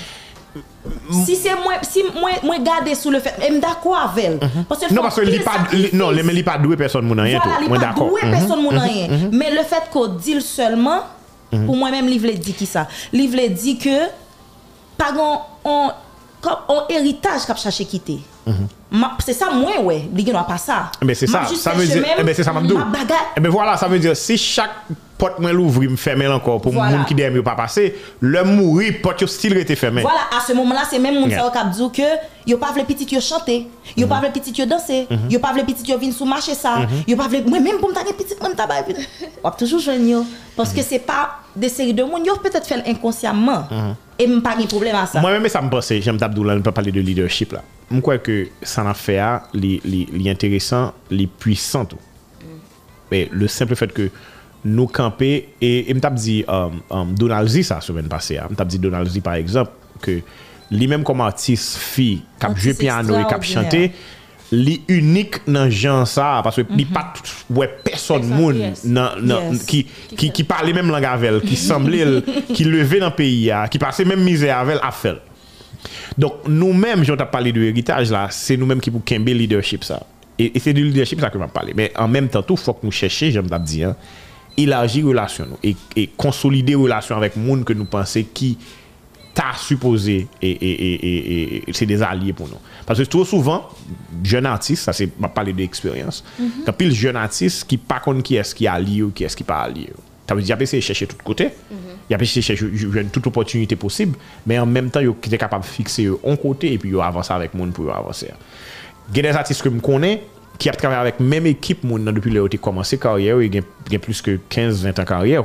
Si c'est moi si moi moi garder sous le fait même d'accord avec elle parce que non parce que li pas non mais li pas doué personne moun rien tout moi d'accord doué personne moun rien mais le fait qu'on dit seulement pour moi même li vle dit qui ça li vle dit que pas on comme on héritage qu'a chercher quitter c'est ça moi ouais li doit pas ça mais c'est ça ça veut dire eh ben c'est ça m'abdou eh ben voilà ça veut dire si chaque porte moi l'ouvrir me fermer encore pour voilà. Monde qui derrière pas passer le mourir porte yo style était fermé voilà à ce moment là c'est même monde ça qui dit que yo pas vle petit yo chanter yo pas vle petit yo danser yo pas vle petit yo venir sous marché ça yo pas vle moi même pour me taguer petit moi tabac on toujours joindre yo parce que c'est pas des séries de monde yo peut-être faire inconsciemment et me pas de problème à ça moi même ça me penser j'aime Abdoulaye ne peut parler de leadership là je crois que ça n'a fait les les intéressant les puissant tout mais le simple fait que nous camper et m't'a dit um, um, Donald Z ça semaine passée m't'a dit Donald Z par exemple que lui même comme artiste fille qui jouer piano et qui chanter li unique dans genre ça parce que mm-hmm. li pas ouais personne monde yes. yes. qui qui qui parle même langue avec qui semblait qui levé dans pays qui passait même misère avec a fait donc nous mêmes j'en t'a parlé de héritage là c'est nous mêmes qui pour kembe leadership ça et, et c'est du leadership ça que m'a parlé mais en même temps tout faut que nous chercher j'aime t'a dit hein, élargir relation et, et consolider relation avec monde que nous pensons qui t'a supposé et, et, et, et, et c'est des alliés pour nous parce que trop souvent jeune artiste ça c'est m'a parlé d'expérience mm-hmm. quand pile jeune artiste qui pas connaît qui est-ce qui est allié ou qui est-ce qui pas allié ça veut dire essayer de chercher de tous côtés il y a essayer de chercher toute opportunité possible mais en même temps il est capable de fixer un côté et puis il avance avec monde pour avancer il y a des artistes que je connais qui a travaillé avec même équipe moun depuis le ont commencé carrière il y a plus que quinze vingt ans carrière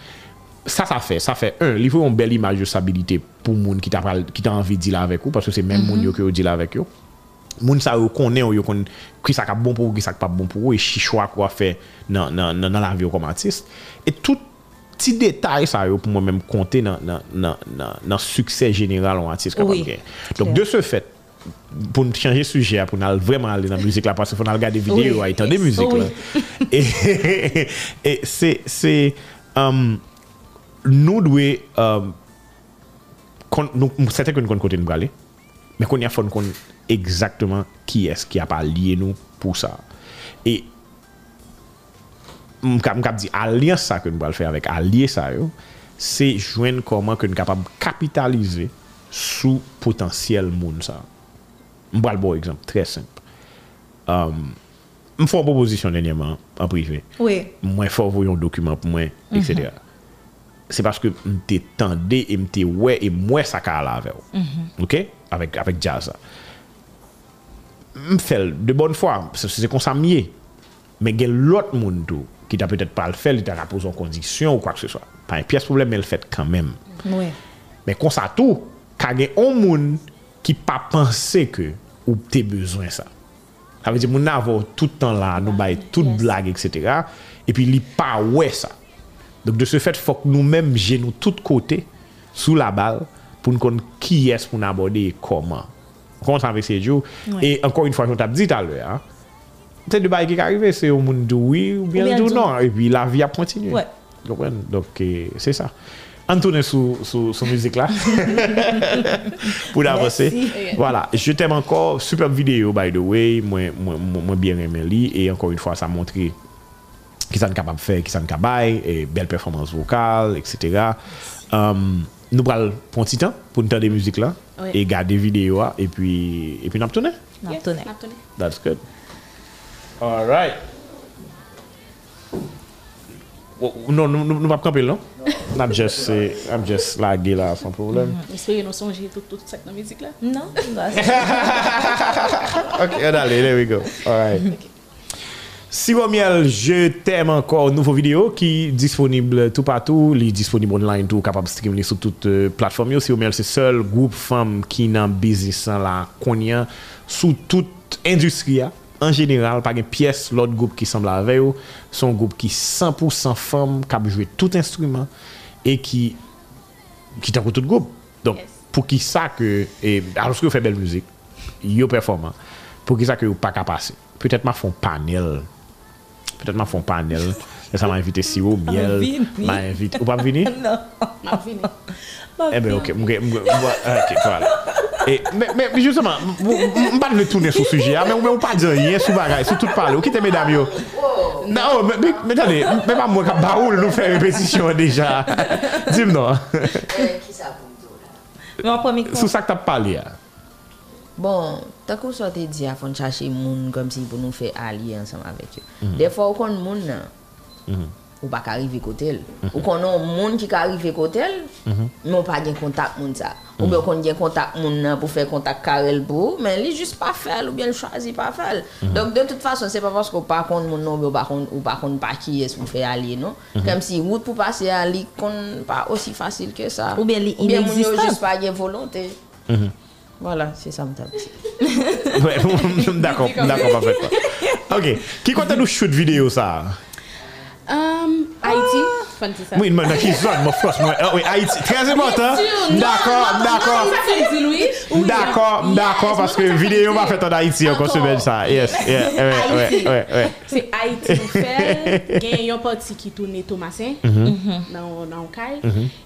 ça ça fait ça fait un il faut une belle image de stabilité pour moun qui t'a qui t'a envie de dire avec vous parce que c'est même moun yo que yo dit avec yo moun ça yo connaît yo connaît qui ça bon pour qui ça pas bon pour et choix quoi faire dans dans dans la vie comme artiste et tout petit détail ça yo pour moi même compter dans dans dans dans succès général en artiste capable. Oui, Donc de ce fait pour nous changer de sujet pour nous vraiment aller dans la musique là parce qu'il faut nous regarder des vidéos Oui. et entendre des musiques Oui. là. Et, et c'est c'est um, nous devons um, kon- nous certains que nous connaissons côté nous aller mais qu'on y a faut nous connaître exactement qui est-ce qui a pas lié nous pour ça. Et m'kap dit alliance ça que nous allons faire avec allier ça yo, c'est joindre comment que nous capable capitaliser sous potentiel monde ça. M'bral bon exemple très simple. Euh me font proposition dernièrement en privé. Oui. Moi faut envoyer un document pour moi et cetera. C'est parce que m'étais tendé et m'étais ouais et moi ça ka la avec. OK avec avec jazz. M'fait de bonne foi, c'est c'est comme ça mieux. Mais il y a l'autre monde tout qui t'a peut-être pas le fait, il t'a posé en condition ou quoi que ce soit. Pas un pièce problème, mais le fait quand même. Oui. Mais comme ça tout, il y a un monde qui pas pensé que ou t'es besoin ça. Ça veut dire mon avoir tout le temps là, nous bailler toute blague et cetera. Et puis il pas ouais ça. Donc de ce fait, faut que nous-mêmes j'ai nous tout côté sous la balle pour nous connaître qui est pour nous aborder et comment. On commence avec ces jours. Et encore une fois, je t'ai dit tout à l'heure. Hein, c'est de bail qui est arrivé, c'est au monde de oui ou bien, Ou bien de du non. Et puis la vie a continué. Ouais. Vous comprenez? Donc euh, c'est ça. On tourne sous sous sous musique là pour avancer. Merci. Voilà, je t'aime encore, superbe vidéo by the way, moi moi moi bien aimé li et encore une fois ça montre qui ça capable faire, qui ça capable et belle performance vocale et cetera. Um, nous pral prendre petit temps pour entendre des musiques là Oui. et garder vidéo là, et puis et puis n'a tourner. N'a Yes, tourné. n'a tourné. That's good. All right. Oh, non, nous nous nous pas camper non. I'm just eh, I'm just lagué là sans problème. J'espère que nous songer tout tout ça dans la musique là. Non, bah, OK, allez, there we go. All right. Siromiel, je t'aime encore, nouveau vidéo qui est disponible tout partout, il est disponible online tout, capable de streamer sur toutes euh, plateformes. Yo, Siromiel, c'est seul groupe femme qui dans business là connaît sous toute industrie en général, pas une pièce l'autre groupe qui semble avec eux, son groupe qui cent pour cent femmes qui a joué tout instrument et qui qui t'a tout groupe. Donc Yes. pour qui ça que et alors que vous fait belle musique, yo performant. Pour qui ça que vous pas capable passer. Peut-être m'a font panel. Peut-être m'a font panel. Et ça m'a invité Siro, miel, Vini. m'a invité. Ou pas venir? non. M'a fini. Eh ben OK, m'ge- m'ge- OK, voilà. Et mais mais justement, on pas le tourner sur ce sujet, hein, mais on on pas dire rien sur bagaille, sur tout parler. OK, mesdames yo. Non, mais mais mais attendez, mais pas moi qui baoul nous faire répétition déjà. Dis-moi. Qui ça pour nous là? Mais en premier temps, Sur ça que tu as parlé. hein. Bon, tant qu'on soit dit à fond chercher moun comme si pour nous faire allier ensemble avec eux. Des fois, on connaît moun nan, ou pas arriver côté. Ou qu'on a moun qui arrive côté, mais on pas de contact moun ça. Ou bien qu'on a contact moun nan pour faire contact carrel pour, mais il juste pas faire ou bien choisir pas faire. Donc de toute façon, c'est pas parce qu'on pas contre moun non ou pas contre ou pas contre pas qui est pour faire allier non. Comme si route pour passer allier qu'on pas aussi facile que ça. Ou bien li ou bien moun yo inexistant. juste pas de volonté. Voilà, c'est ça me tape. Ouais, d'accord, d'accord, parfaitement. OK, qui compte nous shoot vidéo ça? Um, Haïti, fun c'est ça. Oui, mais qui sonne, mon frère, moi. Ah oui, Haïti, très important. D'accord, d'accord. Ça dit Louis. Oui. D'accord, d'accord, parce que vidéo m'a fait en Haïti encore semaine ça. Yes, yeah, ouais, ouais, ouais, ouais. C'est Haïti nous fait. Il y a un parti qui tourne Thomasin dans dans Caille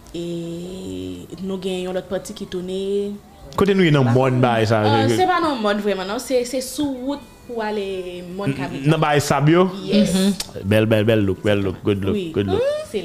et nous gagnons l'autre parti qui tourne. Côté nous, il y a un monde bail ça. Euh, c'est pas dans le mode vraiment non, c'est c'est sous route pour aller monde Cabine. Non bail Sabio. Yes. Belle, belle, belle look, belle look, good look, Oui, good look. c'est là.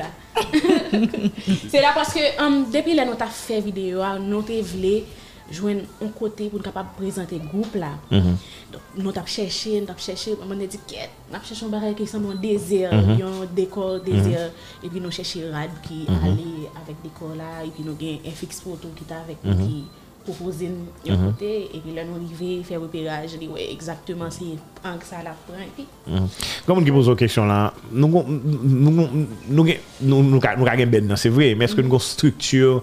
C'est là parce que um, depuis là nous t'a fait vidéo, nous t'a voulu joindre un côté pour nous capable présenter groupe là. Donc nous t'a cherché, nous t'a cherché, on a dit quête, nous t'a cherché un bagage qui semble un désert, un décor désert et puis nous cherché Rad qui allait avec décor là et puis nous gain un fixe photo qui t'a avec nous qui proposer un côté et puis là nous arriver faire repérage, dit ouais exactement c'est en que ça la prend et puis Comme on qui pose une question là, nous nous nous nous nous nous nous avons ben c'est vrai, mais est-ce que nous avons une structure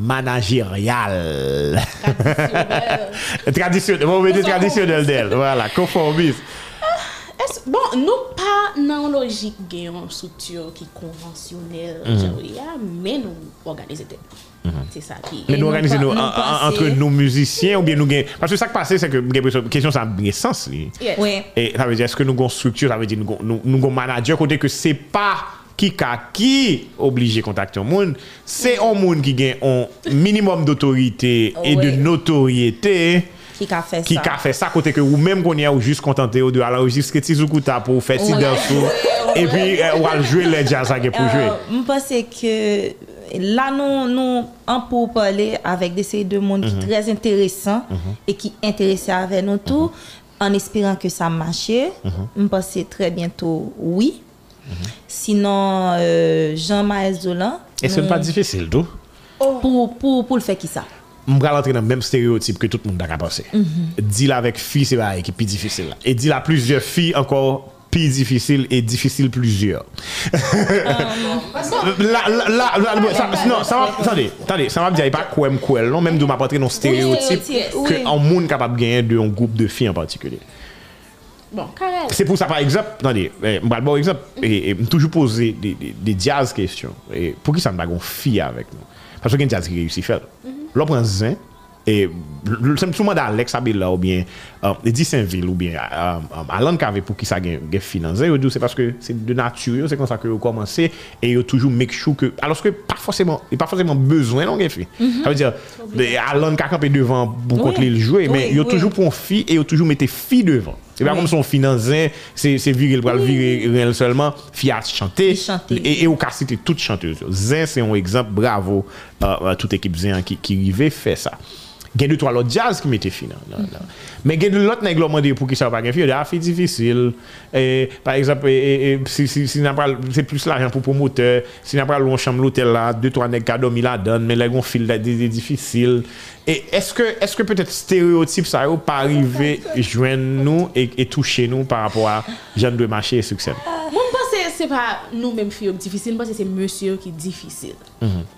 managériale traditionnel. traditionnelle, on va dire traditionnelle d'elle, voilà, conformiste. Est-ce, bon, nous pas dans logique gagne une structure qui conventionnelle, mm-hmm. mais nous organisons. Mm-hmm. C'est ça qui. Mais nous organisons nous, nous entre nos musiciens ou bien nous gagnons. Parce que ça qui passe, c'est que la question ça a bien sens. Yes. Oui. Et ça veut dire, est-ce que nous avons une structure, ça veut dire nous avons nous, nous, manager, côté que c'est pas qui qui obligé de contacter un monde, c'est un monde qui gagne un minimum d'autorité et oui. de notoriété. Qui a fait qui ça. Qui a fait ça, côté que vous même qu'on y a ou juste contenté ou de alors juste que tu kouta pour faire ci dessous et puis on va jouer les jazz pour jouer. Je pense que là nous nous en pour parler avec des séries de monde mm-hmm. qui très intéressants mm-hmm. et qui intéressés avec nous tout mm-hmm. en espérant que ça marche. Mm-hmm. Je pense que très bientôt oui. Mm-hmm. Sinon euh, Jean-Maël Zolan. Et ce n'est pas difficile tout. Oh. Pour pour pour le faire qui ça? On va rentrer dans le même stéréotype que tout le monde a pensé. Mm-hmm. Dis la avec fille, c'est pareil, qui est plus difficile. Et dis la plusieurs filles, encore plus difficile et difficile plusieurs. um, là, là, là, là, ça, non, ça va, attendez, attendez, ça va me dire, il n'y a pas quoi quoi, non, même de m'a rentrer dans le stéréotype oui, qu'un oui. monde capable de gagner d'un groupe de filles en particulier. Bon, Karel. C'est pour ça, par exemple, attendez, je vais bon exemple, et, et toujours poser des, des, des jazz questions. Et pour qui ça ne va pas une fille avec nous? Parce que y a un jazz qui réussit à faire. L'on prend Zin, et c'est souvent d'Alex Abela ou bien euh, Eddie Saint-Ville ou bien euh, Alan Cave pour qui ça gagne financé, c'est parce que c'est de nature, c'est comme ça que vous commencez et vous toujours make sure que, alors que pas forcément, il n'y a pas forcément besoin d'en faire. Mm-hmm. Ça veut dire, Alan Cave campé devant pour contre oui. le jouer, mais il oui, y a oui. toujours pour une fille et il toujours mettez fille devant. C'est pas oui. comme son financé, c'est viril pour le virer seulement, fille à chanter et, et au cas c'était toute chanteuse. Zin, c'est un exemple, bravo à toute équipe Zin qui, qui arrivait faire ça. Il y a deux trois autres jazz qui mettaient fin. Mm-hmm. Mais il y a deux autres nègres demandé pour qui ça va pas faire. Ah, c'est difficile. Et, par exemple, et, et, si, si, si c'est plus l'argent pour promoteur, si n'a pas l'on chambre l'hôtel là, deux trois nègres qui dormi la donne, mais là on file des difficile. Et est-ce que est-ce que peut-être stéréotype ça va pas arriver joindre nous et, et toucher nous par rapport à Jeanne de marché et succès. Moi je pense que c'est pas nous mêmes filles difficile, je pense que c'est monsieur qui est difficile. Mm-hmm.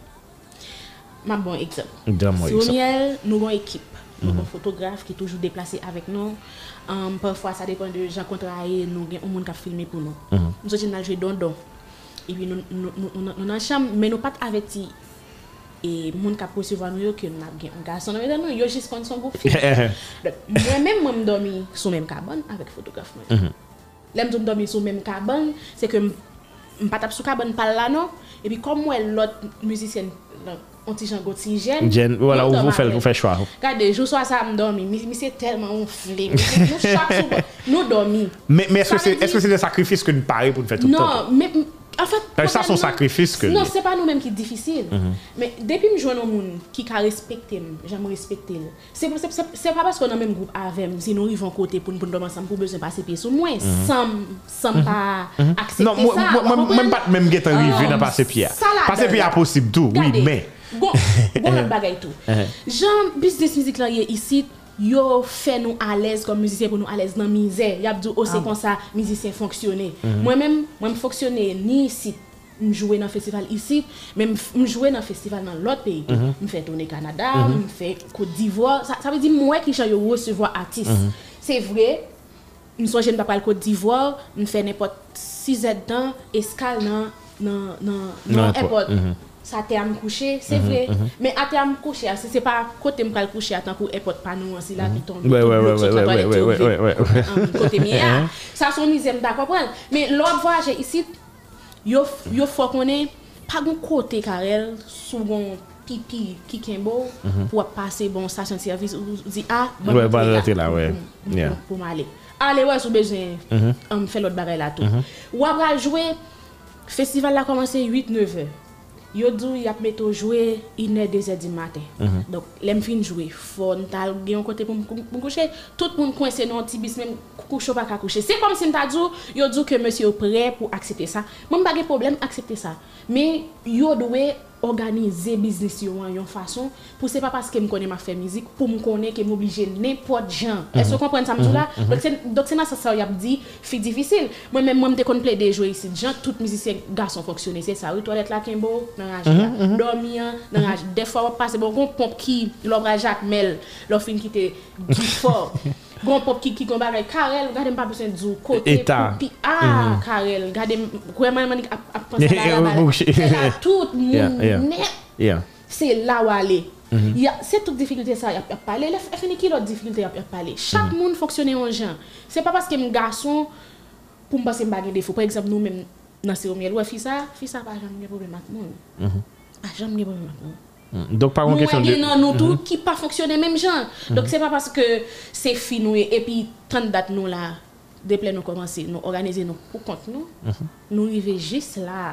Ma bon exemple. Sur Miel, nous avons une équipe. Nous avons un photographe qui est toujours déplacé avec nous. Um, parfois, ça dépend de gens qu'on travaille. Nous avons un monde qui a filmé pour nous. Mm-hmm. Nous avons joué don don. Et puis, nous sommes dans la chambre, mais nous ne sommes pas avertis. Et les gens qui recevoir nous, que nous avons un garçon. Nous avons juste quand son groupe. Moi-même, moi, je dormi sur la même cabane avec le photographe. Là, je dormi sur la même cabane. C'est que je ne suis pas sur la cabane par là, non. Et puis, comme moi, l'autre musicien, Anti-Jean Gauthier Jeanne. Voilà, où vous faites, vous faites choix. Regardez, je sois ça, je dormi. Mais c'est tellement enflé. Nous dormi. Mais, mais est-ce que c'est est-ce que c'est des sacrifices que nous parlons pour nous faire tout le temps? Non, mais en fait. Ça, c'est un sacrifice que. Non, c'est pas nous-mêmes qui est difficile. Mm-hmm. Mais depuis que je joue dans le monde qui a respecté, j'aime respecter. C'est pas parce qu'on a le même groupe avec nous, si nous arrivons côté pour nous dormir ensemble, pour besoin de passer pied sur moi, sans, sans mm-hmm. pas mm-hmm. accepter non, moi, ça. Non, moi, même pas même guet arrivé dans passer pied. Passer pied est possible tout, oui, mais. Bon, bon, le bagay tout. Jean, business musique là, ici, yo fait nous à l'aise comme musicien pour nous à l'aise dans misère. Y a dit aussi comme ça, musicien fonctionner. Moi-même, moi, je fonctionner ni ici, je jouer dans le festival ici, même je jouer dans le festival dans l'autre pays. Je fais tourner Canada, je fais Côte d'Ivoire. Ça, ça veut dire moi qui j'ai recevoir artiste. C'est vrai. Une fois je ne pas le Côte d'Ivoire, je fais n'importe six heures dans escale dans dans dans airport. Ça t'est à me coucher, c'est mm-hmm, vrai. Mm-hmm. Mais à t'est à me coucher, c'est pas côté me coucher à tant que airport pas nous aussi là qui tombe. Ouais ouais ouais ouais ouais ouais ouais. Côté mien, ça son misère d'accord comprendre. Mais l'autre voyage ici, yo yo faut qu'on ait pas bon côté Karel sous bon pipi qui kembo pour passer bon station de service ou dit ah bon ouais bah là là ouais. Pour m'aller. Allez ouais sous besoin on fait l'autre bagarre là tout. Ou après jouer festival là commencer huit neuf heures. Yo dou y a metto jouer une heure deux heures du matin. Mm-hmm. Donc l'aime fin jouer faut n'tal gen côté pour pour coucher tout le monde coincé dans petit bis même couche pas coucher. C'est comme si m'ta dit yo dit que monsieur prêt pour accepter ça. Moi pas de problème accepter ça. Mais yo doit organiser business yo en une façon pour c'est pas parce que me connais ma faire musique pour me connaître que m'obliger n'importe gens. Mm-hmm. Est-ce que vous comprenez ça mm-hmm. là? Mm-hmm. Donc c'est donc c'est ça ça y a dit fait difficile. Moi même moi me connais play des jouer ici gens tout musicien garçon fonctionner c'est ça. Oui toilette là Kimbo dans rage là dormir dans rage des fois passer bon pompe qui l'obra Jacques Mel leur fin qui était du fort Gon pop qui qui gon bagay Karel, regardez pas besoin de dire côté État. puis ah Karel, regardez vraiment man a penser là tout le monde net. Yeah. C'est là où aller. Il y a c'est toute difficulté ça, il y a parler, il fait qui l'autre difficulté il y a parler. Chaque monde fonctionne en genre. C'est pas parce que un garçon pour me passer un bagage défaut. Par exemple, nous même dans ces miel, ouais, fille ça, fille ça pas jamais problème avec monde. Pas jamais problème avec monde. Donc par contre question de non nous tout qui pas fonctionner même genre. Donc c'est pas parce que c'est fini nous et puis trente dates nous là depuis nous commencer nous organiser nous pour compte nous. Nous arriver juste là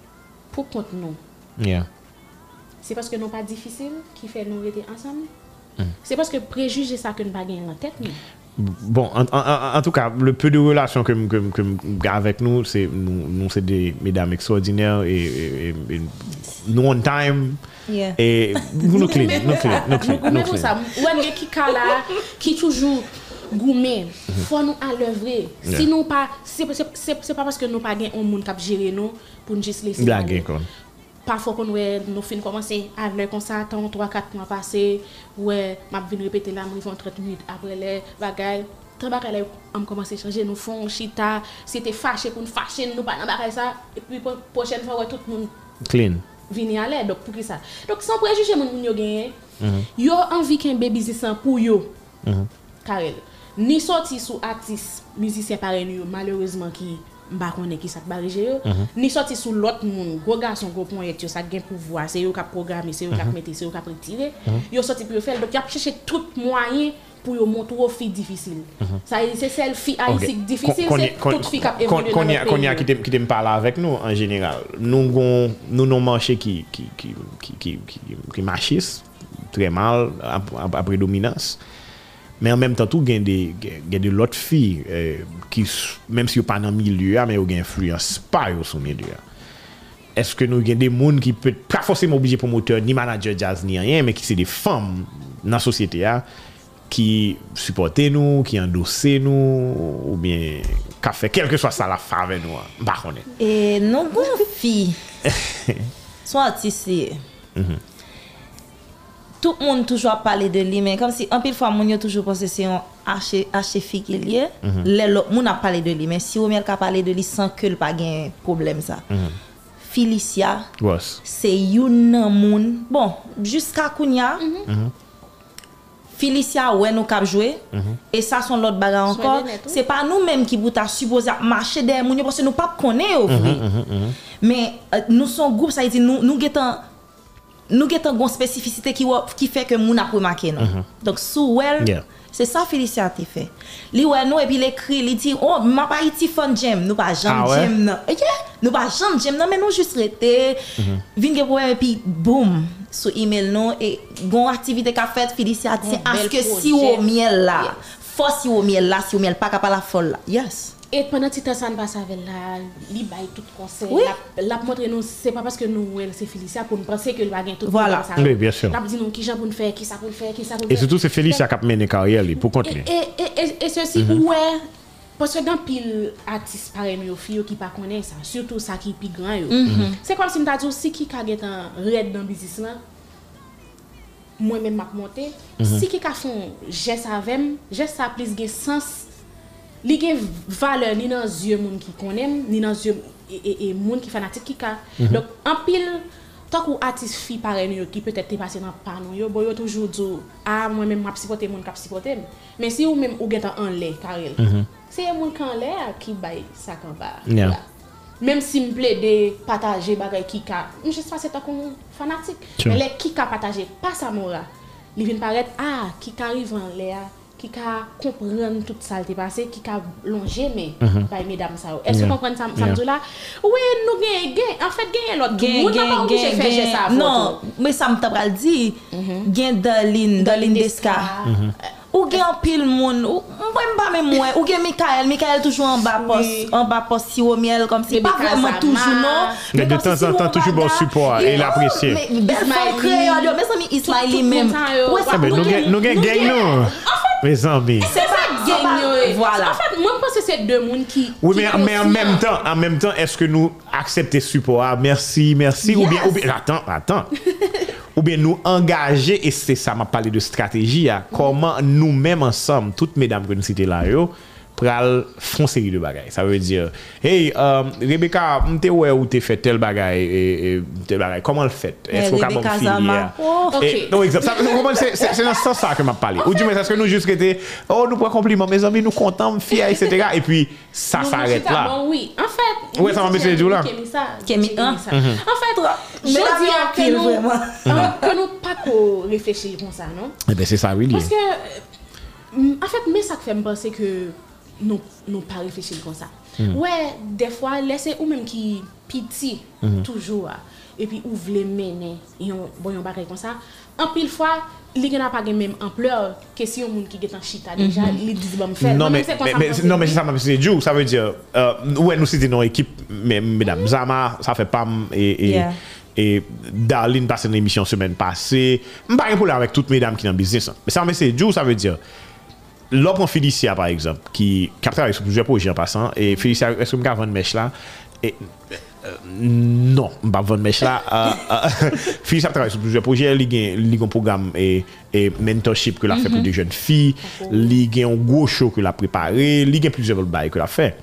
pour compte nous. Yeah. C'est parce que nous pas difficile qui fait nous rester ensemble. C'est parce que préjuger ça que nous pas gagner en tête nous. Bon, en, en, en tout cas, le peu de relations que que que avec nous, c'est nous, nous c'est des mesdames extraordinaires et, et, et, et nous on time. Yeah. Et vous nous clean, nous clean, nous clean, nous Mais pour clean. ça, ouais qui kala qui toujours gourmet, faut nous à l'œuvrer. Sinon pas c'est c'est c'est pas parce que nous pas gain un monde qui gérer nous pour nous juste laisser. Blague quoi. Parfois quand ouais nous fin commencer à l'heure comme ça attend trois quatre mois passé ouais m'a venir répéter là nous font trente minutes après les bagailles tant bagaille on commencer changer nous font chita c'était fâché pour nous fâcher nous pas dans bagaille ça et puis prochaine fois ouais tout le monde Clean. venir à l'aide donc pour qui ça donc sans préjuger moun yo gagné yo envie qu'un baby business pour yo Karel ni sorti sous artiste musicien pareil malheureusement qui m'pa connait qui ça barrige yo ni sorti sous l'autre monde gros garçon gros point yo ça gain pouvoir c'est yo qui programmer c'est yo qui mettre c'est yo qui retirer yo sorti pour faire donc y a chercher tout moyen pour yo montrer aux filles difficiles ça c'est celle fille haïtienne difficile c'est toute fille qui évolue qu'on y a qu'on y a qui qui te parle avec nous en général nous gon nous non marché qui qui qui qui qui qui marchisse très mal à prédominance. Mais en même temps tout gain des gain de l'autre filles euh, qui même si yo pas dans milieu mais yo gain influence pas yo sur milieu. Est-ce que nous gain des monde qui peut pas forcément obligé promoteur ni manager jazz ni rien mais qui c'est des femmes dans la société là qui supportent nous, qui endossent nous ou bien qu'a fait quel que soit ça la fa avec nous pas connait. Et non bon filles sont artistes. Tout le monde toujours parler de lui mais comme si un pile fois moun yo toujours pensé c'est un archi archi fille qui lié les l'autre moun a parlé de lui mais si on a parlé de lui sans que le pas gain problème ça Felicia Was. c'est une moun bon jusqu'à Kounia Felicia ouais nous cap jouer et ça sont l'autre bagarre encore c'est pas nous mêmes qui bouta supposé marcher derrière moun parce que nous pas connaît mais euh, nous son groupe ça dit nous nous getan nous avons une spécificité qui qui fait que moun a remarqué nous. Mm-hmm. Donc sous well yeah. C'est ça Félicia a fait. Li ouais nous et puis l'écrit il dit oh m'a pas iti fun jam nous pas jam ah, jam non. Yeah, nous pas jam jam non mais nous juste rester vinn que problème et puis boum sur email nous et gon activité qu'a fait Félicia c'est à ce que si au miel là yes. Faut si au miel là si au miel pas capable la folle là. Yes. Et pendant que ça ne passe avec la, li bail tout conseil, oui. la, la montre nous, c'est pas parce que nous, c'est Félicia pour nous penser que le va gagner tout voilà. Ça. Oui, bien sûr. La dit nous qui j'en pour nous faire, qui ça pour faire, qui ça pour faire. Et surtout c'est Félicia qui a mené carrière pour continuer. Et et et, et ceci mm-hmm. ouais parce que dans pile artiste pareil nous filles qui pas connaît ça, surtout ça qui plus grand yo. Mm-hmm. C'est comme si m'ta dit si qui ka get un red dans business là. Moi même m'a monter, mm-hmm. si qui ka font geste avec, geste ça plus gain sens. Li gen valeur ni dans yeux moun qui connaît ni dans yeux et et moun qui fanatique qui ka mm-hmm. donc en pile tant que artiste fille pareil qui peut-être te passer dans panou yo bon yo toujours dit ah moi même m'a supporter moun qui supporter mais si ou même ou gen en lait Karel mm-hmm. c'est moun kan lait qui bail ça kan ba yeah. Même si me plaide partager bagay qui ka je sais pas c'est tant qu'on fanatique sure. Mais les qui ka partager pas ça mora li vinn paraître ah qui ka arrive en lait qui ka comprendre tout ça t'est passé qui ka longer mais by mesdames ça est-ce que vous comprenez ça ça là oui nous gain gain en fait gain l'autre monde pas obligé faire ça non mais ça me t'a pral dit gain Darlene Darlene Desca ou gain pile monde ou pas même moi ou gain Michael Michael toujours en bas poste en bas poste si au miel comme si pas vraiment toujours non mais de temps en temps toujours bon support et l'apprécier mais belle femme créole mes amis Ismaili même nous nous gain gain nous mes amis c'est pas gain voilà en fait moi je pense que c'est deux monde qui oui mais mais en même temps en même temps est-ce que nous accepter support merci merci ou bien ou bien attends attends ou bien nous engager, et c'est ça m'a parlé de stratégie, hein, comment nous-mêmes ensemble, toutes mesdames que nous citons là, yo, pral font série de bagailles. Ça veut dire, hey, euh, Rebecca, m'te ouais ou t'es fait tel bagaille et, et tel bagaille, comment le fait? Est-ce qu'on a bon filière? Oh, ok. Non, exemple, ça, c'est, c'est, c'est dans ce sens ça que m'a parlé. Ou du moins, est-ce que nous juste été, oh, nous prenons compliment, mes amis, nous contents, fiers, et cetera. Et puis, ça Non, s'arrête Moshita, là. Bon, oui, en fait. Ouais, ça m'a baissé les jours là. Kémy, hein? En fait, je dis en que pile, nous, vraiment. hein, que nous pas qu'on réfléchir comme ça, non? Eh bien, c'est ça, oui. Parce que, euh, en fait, mais ça fait me penser que nous nous pas réfléchir comme ça. Ouais, des fois, laisser ou même qui piti toujours, et puis ouvre les mener, et on bon yon bagay comme ça. En pile fois, li n'a pas même ampleur que si on monde qui est en chita déjà, il dit bon me faire. Non mais, mais, mais non mais c'est ça m'a c'est Dieu, ça veut dire euh, ouais nous c'était nos équipe mais mesdames Zama ça fait Pam et et Yeah. et Darlene passé une émission semaine passée, pas un problème avec toutes mesdames qui dans business. Mais ça mais c'est Dieu, ça veut dire l'autre en Félicia par exemple qui qui travaille sur plusieurs projets en passant et Félicia est-ce que me vendre mèche là et euh, non, pas vendre mèche là. Euh, euh, Félicia travaille sur plusieurs projets, il y a il un programme et et mentorship que l'a fait pour des jeunes filles, il y a un gros show que l'a préparé, il y a plusieurs autres bails que l'a fait.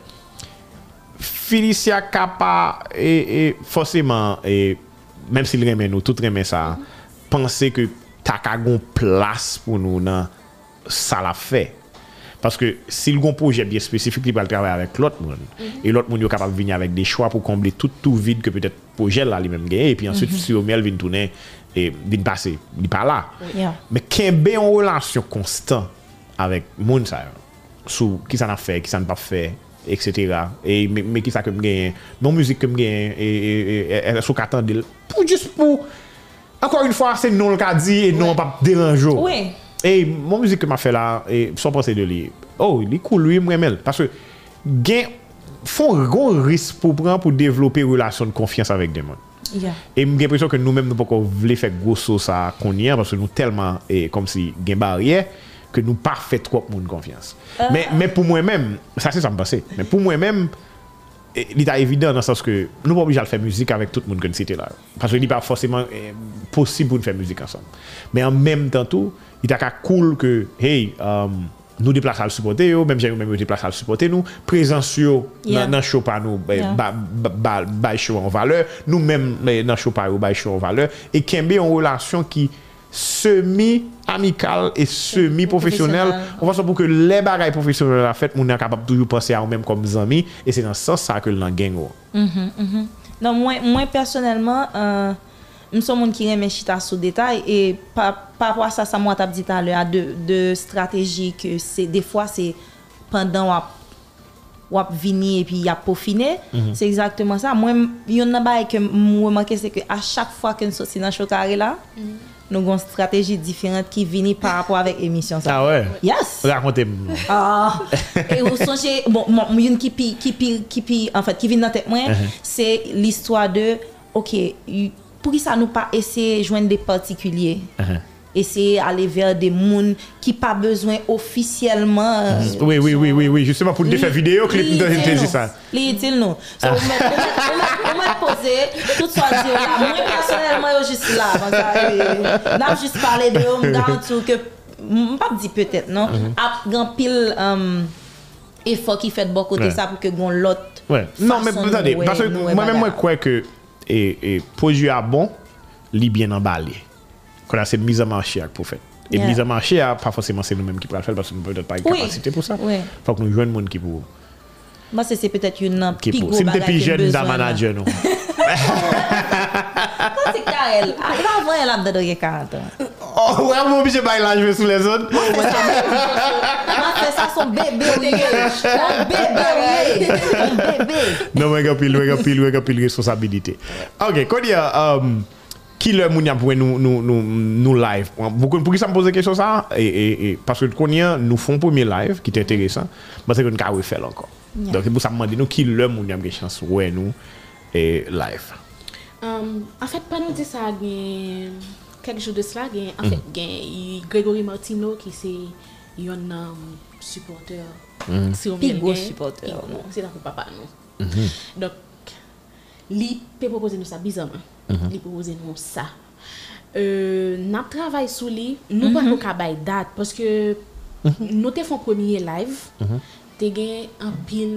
Félicia Kappa et, et forcément et même s'il remet nous tout remet ça, penser que t'as qu'à gon place pour nous dans ça l'a fait. Parce que si le projet bien spécifique, il va travailler avec l'autre monde. Mm-hmm. Et l'autre monde est capable de venir avec des choix pour combler tout tout vide que peut-être le projet là lui-même gagne. Et puis ensuite, mm-hmm. si Omiel vient tourner et vient passer, il n'est pas là. Yeah. Mais qu'il y ait une relation constante avec monde ça, sur qui ça n'a fait, qui ça n'a pas fait, et cetera. Et mais, mais qui ça que me gagne, mon musique que me gagne, et et sous qu'attendre pour juste pour encore une fois, c'est non le cas dit et non pas déranger. Oui. Et mon musique que m'a fait là, et sans penser de lui, oh, il est cool, lui, moi, parce que, gain, font un gros risque pour prendre pour développer une relation de confiance avec des gens. Yeah. Et j'ai l'impression que nous-mêmes, nous ne pouvons pas faire gros sauce ça qu'on y a, parce que nous tellement, et comme si, gain barrière, que nous pas fait trop de confiance. Euh... Mais, mais pour moi-même, ça c'est ça me passe. Mais pour moi-même, il est évident dans le sens que nous ne pouvons pas obligés de faire musique avec tout le monde que nous citons là. Parce que ce n'est pas forcément eh, possible pour nous faire musique ensemble. Mais en même temps, tout, il est cool que, hey, um, nous déplaçons à le supporter, même si nous même déplaçons à le supporter, nous, présence dans le show par nous, by show en valeur, nous-mêmes dans le show par nous, by show en valeur, et qu'il y ait une relation qui semi-amicale et semi-professionnelle. On va pour que les bagailles professionnelles à fait, on est capable de toujours penser à nous-mêmes comme des amis, et c'est dans ce sens ça que l'on gagne. Non, moi, moi personnellement, euh, nous sommes gens qui aiment chita sous détail et par, par rapport à ça, ça moi t'as dit tout à l'heure de, de stratégie que c'est des fois c'est pendant ou ou venir et puis y a peaufiner, mm-hmm. c'est exactement ça. Moi il y en a bail que moi remarqué c'est que à chaque fois que nous sortons dans show carré là, mm-hmm. nous avons une stratégie différente qui vient par rapport avec l'émission ça. Ah ouais. Yes. Racontez-moi. Ah et vous songez bon une qui pi, qui pi, qui pi, en fait qui vient dans tête moi, uh-huh. c'est l'histoire de OK, pour qui ça nous pas essayer de joindre des particuliers. Uh-huh. Essayer d'aller vers des gens qui n'ont pas besoin officiellement. Euh, oui, oui, oui, oui, oui, justement pour te faire vidéo, clip, nous avons ça. L'utile, non. So, on m'a posé, tout soit dit, moi personnellement, je suis juste là. On a juste parlé de eux, je que, je ne pas dire peut-être, non. Il y a un pile effort qui fait de bon côté ça pour que gon l'autre. Ouais. Non, mais attendez, parce que moi-même, moi, je crois que le produit est bon, il est bien emballé. Qu'on a cette mise en marché pour faire. Et yeah. mise en marché, pas forcément c'est nous-mêmes qui pourrons le faire parce que nous n'avons peut-être pas une oui. capacité pour ça. Il oui. faut que nous jouions le monde qui pour. Moi, c'est peut-être une plus gros bagage. Si nous sommes jeunes dans manager, non. C'est Karel. Ah, il va avoir un lame de quarante ans. Oh, ouais, mon obligé de bailler jouer sous les autres. Moi, c'est ça, son bébé. Son bébé. Son bébé. Non, mais il y a pile, il y a pile, il y a pile responsabilité. Ok, quand il y a. Qui le mounia pour nous nous nous nous live pour pour qui ça me pose question ça et, et, et parce que qu'on nous font premier live qui est intéressant parce que nous avons fait encore yeah. donc pour ça me demander nous qui le mounia une chance ouais nous et live um, en fait pas nous dire ça gain quelques jours de cela gain en fait gain Grégory Martino qui c'est un um, supporter mm. si on bien gros supporter c'est là pour papa nous donc lui peut proposer nous ça bizarrement. Mm-hmm. Il propose nous ça. euh, n'a travail sur lui, nous pas qu'on cabaye date parce que nous te font premier live. Te gen un pile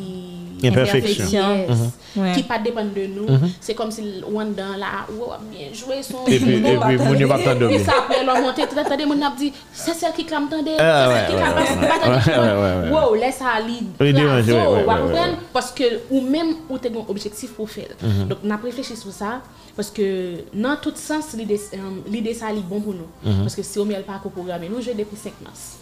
ti imperfection yes, Ouais. qui pas dépend de nous. Mm-hmm. C'est comme si on dans là, oh, bien joué son. Et puis, et puis, mon yo pas t'entendre. Et ça après l'on monter, t'entendez mon a dit, c'est celle qui clame tendez, Ah, c'est ouais, celle qui ouais, clame ouais, ouais, ouais, ouais. wow, laisse ça ali. Oui, dérange, ouais, ouais, ouais, ouais, ouais. Parce que ou même ou t'es un objectif pour faire. Donc on a réfléchi sur ça parce que dans tout sens l'idée l'idée ça li bon pour nous parce que si on met le pas programmer nous jouer depuis cinq mars.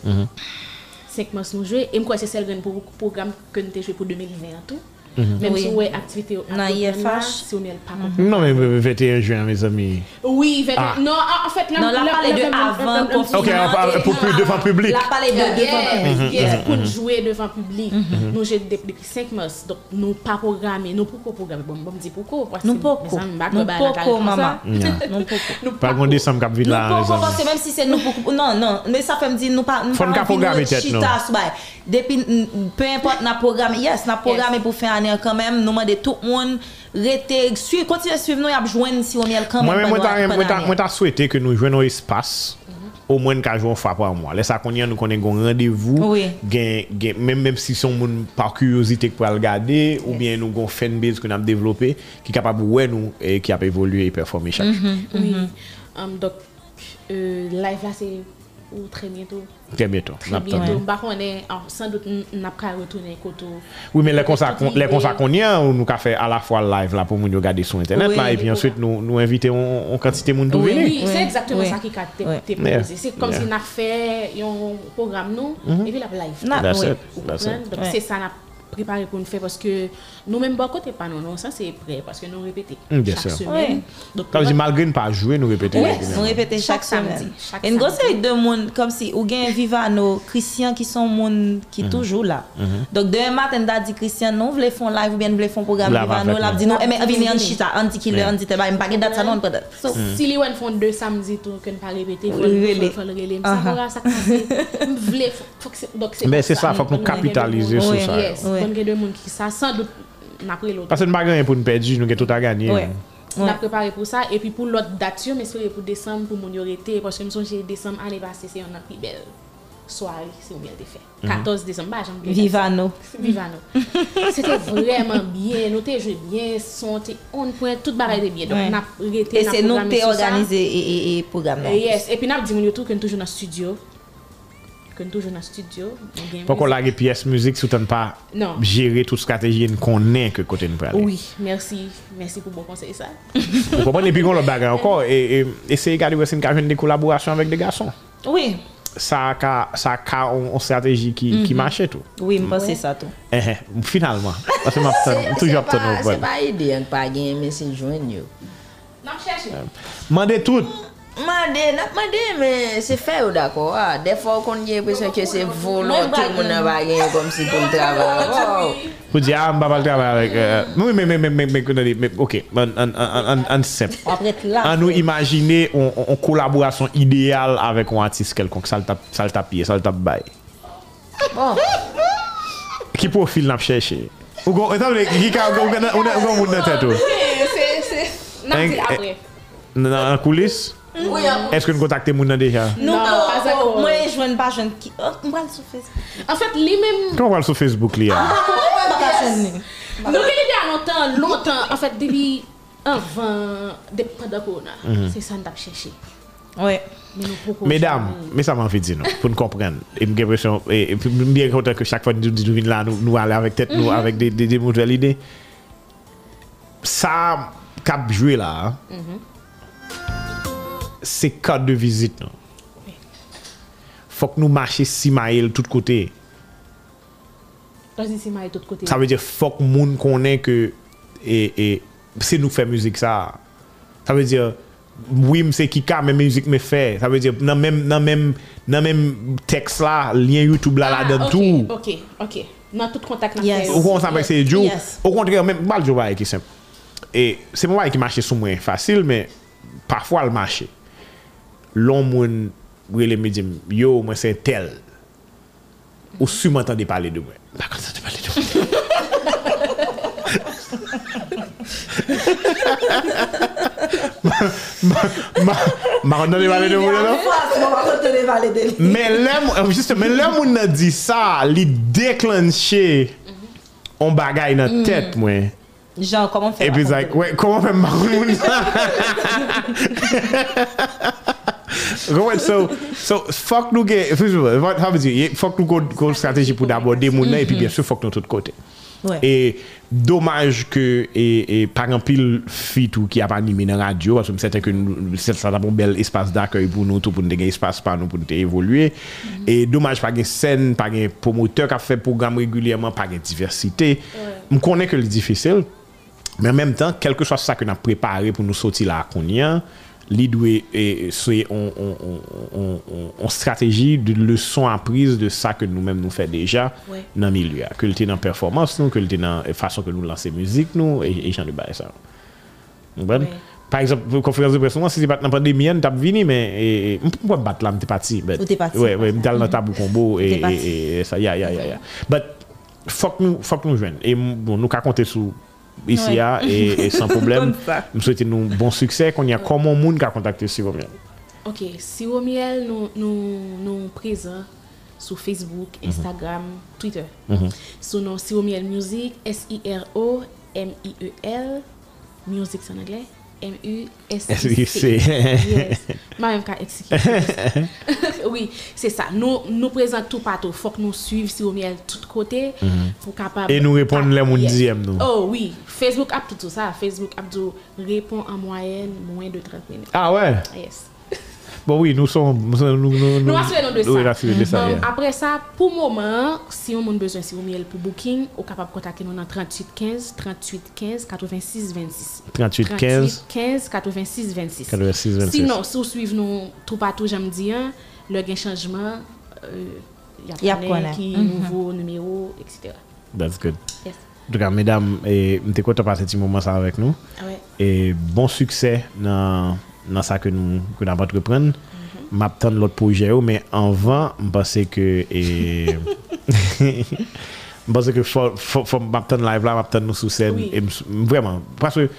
cinq mois nous jouer et moi c'est celle pour programme que nous avons joué pour deux mille vingt tout même Oui. si ouais activité Dans I F H si on est pas Non, mais vingt et un juin, mes amis. oui vingt Ah. non en fait là Non, là, parler de avant confinement. Ok, on parle pour plus devant public. La parler de devant yes, yes, pour jouer devant public nous j'ai depuis cinq mois donc nous pas programmer nous pourquoi programmer bon bon me dit pourquoi parce que Nous pourquoi nous pourquoi maman nous pourquoi Par contre, décembre, cap nous villa. pourquoi parce que même si c'est nous pourquoi non non mais ça fait me dire nous pas nous Faut nous pas programmer tête, non. chita sous bail. Depuis mm, peu importe n'a programmé yes n'a programmé pour faire année quand même nous demander tout le monde rester suivre continuer à suivre nous y a joindre si on y a quand même Moi, moi, pendant- moi, pendant moi, t'as souhaité que nous jouions un espace. Au moins qu'à jouer une fois par mois. Laisse ça qu'on y a nous connaissons un rendez-vous. Oui. Gain, gain, même même si son monde par curiosité pour regarder ou bien nous gon fanbase qu'on a développé qui est capable ouais nous et qui a évolué et performer chaque jour. oui Um, donc euh, live là c'est ou très bientôt Très bientôt. très N'a pas bientôt tardé. bah on est alors, sans doute n'a pas retourner côté Oui, mais les concerts Toute les idée. concerts qu'on y a, nous qu'a fait à la fois live là pour nous regarder sur internet Oui, là et puis oui. ensuite nous nous inviter en, en quantité de monde pour Oui. venir. oui, c'est Oui, exactement oui. ça qui a été Oui. été Yeah. proposé. C'est comme Yeah. si on a fait un programme nous et puis la live. Na- That's oui. it. Vous That's comprenez? it. Donc Ouais. c'est ça qu'on a préparé pour nous faire parce que nous-mêmes, bon côté pas non, non, ça c'est prêt parce que nous répétons Mm, bien chaque sûr. semaine. Ouais. Donc, Ça veut dire malgré ne pas jouer, nous répéter. Oui, régulièrement. nous répétons chaque, Chaque samedi, semaine. chaque Et une grosse samedi. série de monde comme si ou gen Vivano, Christian qui sont monde qui toujours là. Donc demain matin d'a dit Christian non voulez faire live ou bien voulez faire programme Là, Vivano, avec là nous. dit non mais venez en chita, on dit qu'il Ouais. on dit te ba pas date ça non peut-être. So, Si les gens font deux samedis tout que ne pas répéter, il faut Relais. il faut le relais. Ça Uh-huh. pourra ça me voulait faut que c'est donc c'est Mais comme c'est ça, faut que nous On a capitaliser des sur monde- ça. Yes, Ouais. on a des monde qui ça sans doute après l'autre. Parce que nous pas gagner pour nous perdre, nous avons tout à gagner. Ouais. On a Ouais. préparé pour ça et puis pour l'autre date, mais c'est pour décembre pour mon yorité parce que nous sommes décembre année passée c'est une plus belle soirée si on bien le fait. quatorze décembre, bah, j'aime bien. Vivano. Vivano. C'était vraiment bien, nous t'es joué bien, son t'es on point toute bagaille de bien. Donc Ouais. on a arrêté Et c'est nous qui organisé et et et programme. non. Et yes, et puis n'a dit mon tout que nous toujours dans studio. Que nous toujours dans studio. Pourquoi la pièce musique si tu pas Non. gérer toute stratégie qu'on est que côté nous parler. Oui, merci. Merci pour bon conseil ça. Vous comprenez? Et puis on le bagarre encore et et essayer de regarder si on a des collaborations avec des garçons. Oui. Ça a ça a une stratégie qui qui marche tout. Oui, me penser ça tout. Eh, eh, finalement parce que m'a C'est toujours pas, obtenu c'est pas idée, on pas gagner mais c'est joindre yo. Non, cherche. Mandez tout. Mandé, n'a mandé mais c'est fait ou d'accord. Ah, des fois qu'on y a l'impression que c'est volonté mon n'a pas gagner comme si pour le travail. Wow. Vous dire ah, on va pas travailler avec euh, oui mais mais mais mais mais mais- mais- OK, on on on on simple. Après là. À nous imaginer en en collaboration idéale avec un artiste quelconque, ça le tape ça le tape pied, ça le tape bail. Bon, Qui profil n'a cherché? Ou gon attendez, qui ka on on on moun dans tête ou? C'est c'est non, c'est après. Dans en coulisses? oui, Est-ce que nous contactez moun nan déjà? Non, Non, pas oh, encore. moi je joindre pas jeune qui. Oh, moi sur Facebook. En fait, lui-même Comment on va sur Facebook là? Pas joindre. nous l'idée à longtemps, longtemps en fait depuis avant depuis pendant corona. C'est ça nous t'a cherché. Ouais. Mais nous pourquoi Mesdames, mais ça m'a fait dire non, pour nous comprendre. Et j'ai l'impression, et et puis bien content que chaque fois nous nous venons là, nous nous aller avec tête, nous avec des des des nouvelles idées. Ça cap jouer là. hein, C'est carte de visite non. Faut que nous marchions six miles de tous côtés. Vas-y, c'est mal de l'autre côté. Ça veut dire faut que moun connaît que et et c'est nous faire musique ça. Ça veut dire oui, c'est qui ka mais musique me fait. Ça veut dire dans même dans même dans même texte là, lien YouTube là là dedans ok, tout. OK, OK. Dans tout contact Yes. Ou on s'appelle c'est Joe. Yes. Au contraire même mal Joe qui est simple. Et c'est moi qui marche sous moi facile mais parfois le marché. L'homme moun relé me dit yo moi c'est tel. Ou si m'entendez parler de moi. Pas quand tu parler de moi. Ma on donne parler de moi là. Mais là juste mais là mon a dit ça, li déclencher on bagaille dans tête moi. Genre comment faire? Et puis like ouais, comment faire moun ça? Right, so, so, fuck nous get, what happens here? Fuck nous go stratégie pour d'aborder moun là et puis bien sûr fuck nous tout côté. Ouais. Et dommage que et, et par exemple pile fit ou qui a pas animé dans radio parce que c'est que c'est ça un bel espace d'accueil pour nous tout pour nous gagner espace pour nous pour nous évoluer mm-hmm. Et dommage pas une scène pas un promoteur qui a fait programme régulièrement pas une diversité. Je connais que c'est difficile mais en même temps quelque chose ça que nous a préparé pour nous sortir là qu'on y a l'idée et c'est on on on stratégie de leçon apprise de ça que nous-mêmes nous fait déjà ouais. Dans le milieu que le dans performance nous que le dans façon que nous lancer musique nous et, et genre de bail ça bon ouais. Par exemple conférence de presse si c'est pas dans pandémie on t'a venu mais on peut battre là on t'es parti ouais ouais on dans table combo et, et, et ça ya ya ya ya but faut que nous faut que nous joindre et bon nous ca compter sur ici ouais. et, et sans problème. Nous souhaitons nous bon succès qu'on y a ouais. Comment monde qui a contacté Siromiel. OK, Siromiel nous nous nous présent sur Facebook, Instagram, mm-hmm. Twitter. Mm-hmm. Sous nom Siromiel Music, S I R O M I E L Music en anglais. M U S I C. Yes. Même qu'à expliquer. Oui, c'est ça. Nous nous présentons tout partout. Faut que nous suivions Siromiel de tous côtés mm-hmm. Pour capable. Et nous répondre les monde dixième nous. Oh oui, Facebook a tout ça. Facebook a tout répond en moyenne moins de trente minutes. Ah ouais. Yes. Bon oui, nous sommes nous nous nous nous assurons de ça. Oui, de ça um, yeah. Après ça, pour moment, si on a besoin de Siromiel pour booking, on est capable de contacter nous dans trente-huit quinze trente-huit quinze quatre-vingt-six vingt-six. trente-huit quinze quinze quatre-vingt-six vingt-six. quatre-vingt-six vingt-six. Sinon, si vous suivez nous tout partout, j'aime dire, le gain changement, il y a plein qui nouveau numéro, et cetera. That's good. Yes. En tout cas, mesdames, et m'étais content de passer ce moment ça avec nous. Ah ouais. Et bon succès dans dans ça que nous que nous entreprendre. M'attend l'autre projet mais en vent, je pense que et je pense que faut faut faut m'attendre live là, m'attendre nous sur scène oui. Et vraiment parce que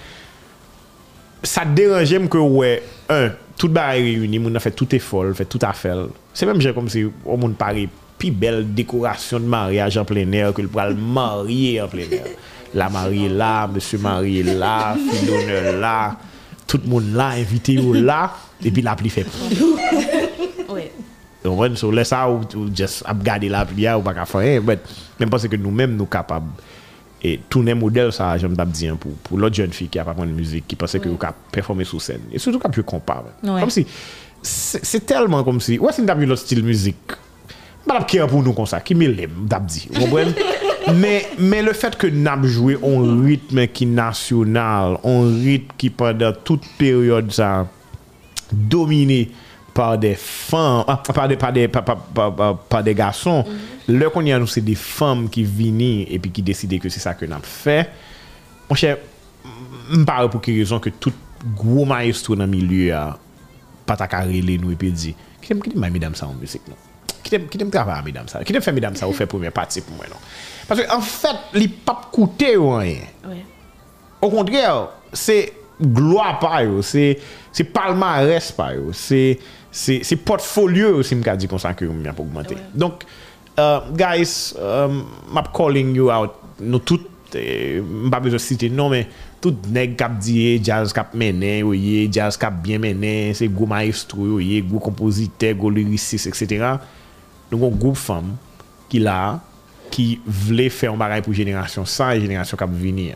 ça dérangeait que ouais un toute bail réuni, on a fait tout effort, fait tout à faire. C'est même j'ai comme si au monde paraît plus belle décoration de mariage en plein air que le pour le marier en plein air. La mariée là, monsieur marié là, fille d'honneur là, tout le monde là, invité là, et puis la pluie fait. Oui. Donc, so laisse ça ou juste regarder la pluie ou pas qu'à faire, mais même parce que nous-mêmes nous capables et tourner modèle ça, j'aime pas dire pour pour l'autre jeune fille qui a pas de musique, qui pensait que vous cap performer sur scène et surtout cap je compare. Ouais. Comme si c'est, c'est tellement comme si ouais c'est une l'autre style musique. Pas qui pour nous comme ça, qui me l'aime d'abdi. Vous comprenez? mais mais le fait que nous joué un rythme qui national, un rythme qui pendant toute période ça dominé par des femmes, ah, par des par des par, par, par, par, par des garçons. Mm-hmm. Là qu'on y a nous c'est des femmes qui viennent et puis qui décident que c'est ça que nous fait. Mon cher, me parle pour quelle raison que tout gros maestro dans le milieu a pas ta carrelé nous et puis dit qui aime qui dit mesdames ça en musique non. Qui aime qui aime travailler mesdames ça. Qui aime faire mesdames ça ou faire première partie pour moi non. Parce que en fait, les pas coûter rien. Ouais. Au contraire, c'est gloire pas yo, c'est c'est palmarès pas yo, c'est c'est c'est portfolio aussi me dit comme ça que m'a pas augmenter. Ouais. Donc uh, guys, um, I'm calling you out. Nous tout eh, pas besoin de citer non mais tout nèg cap dit jazz cap mené, oui, jazz cap bien mené, c'est gros maestro, oui, gros compositeur, gros lyriciste et cetera. Donc un groupe femme qui là qui voulait faire un bagage pour génération ça et génération cap venir.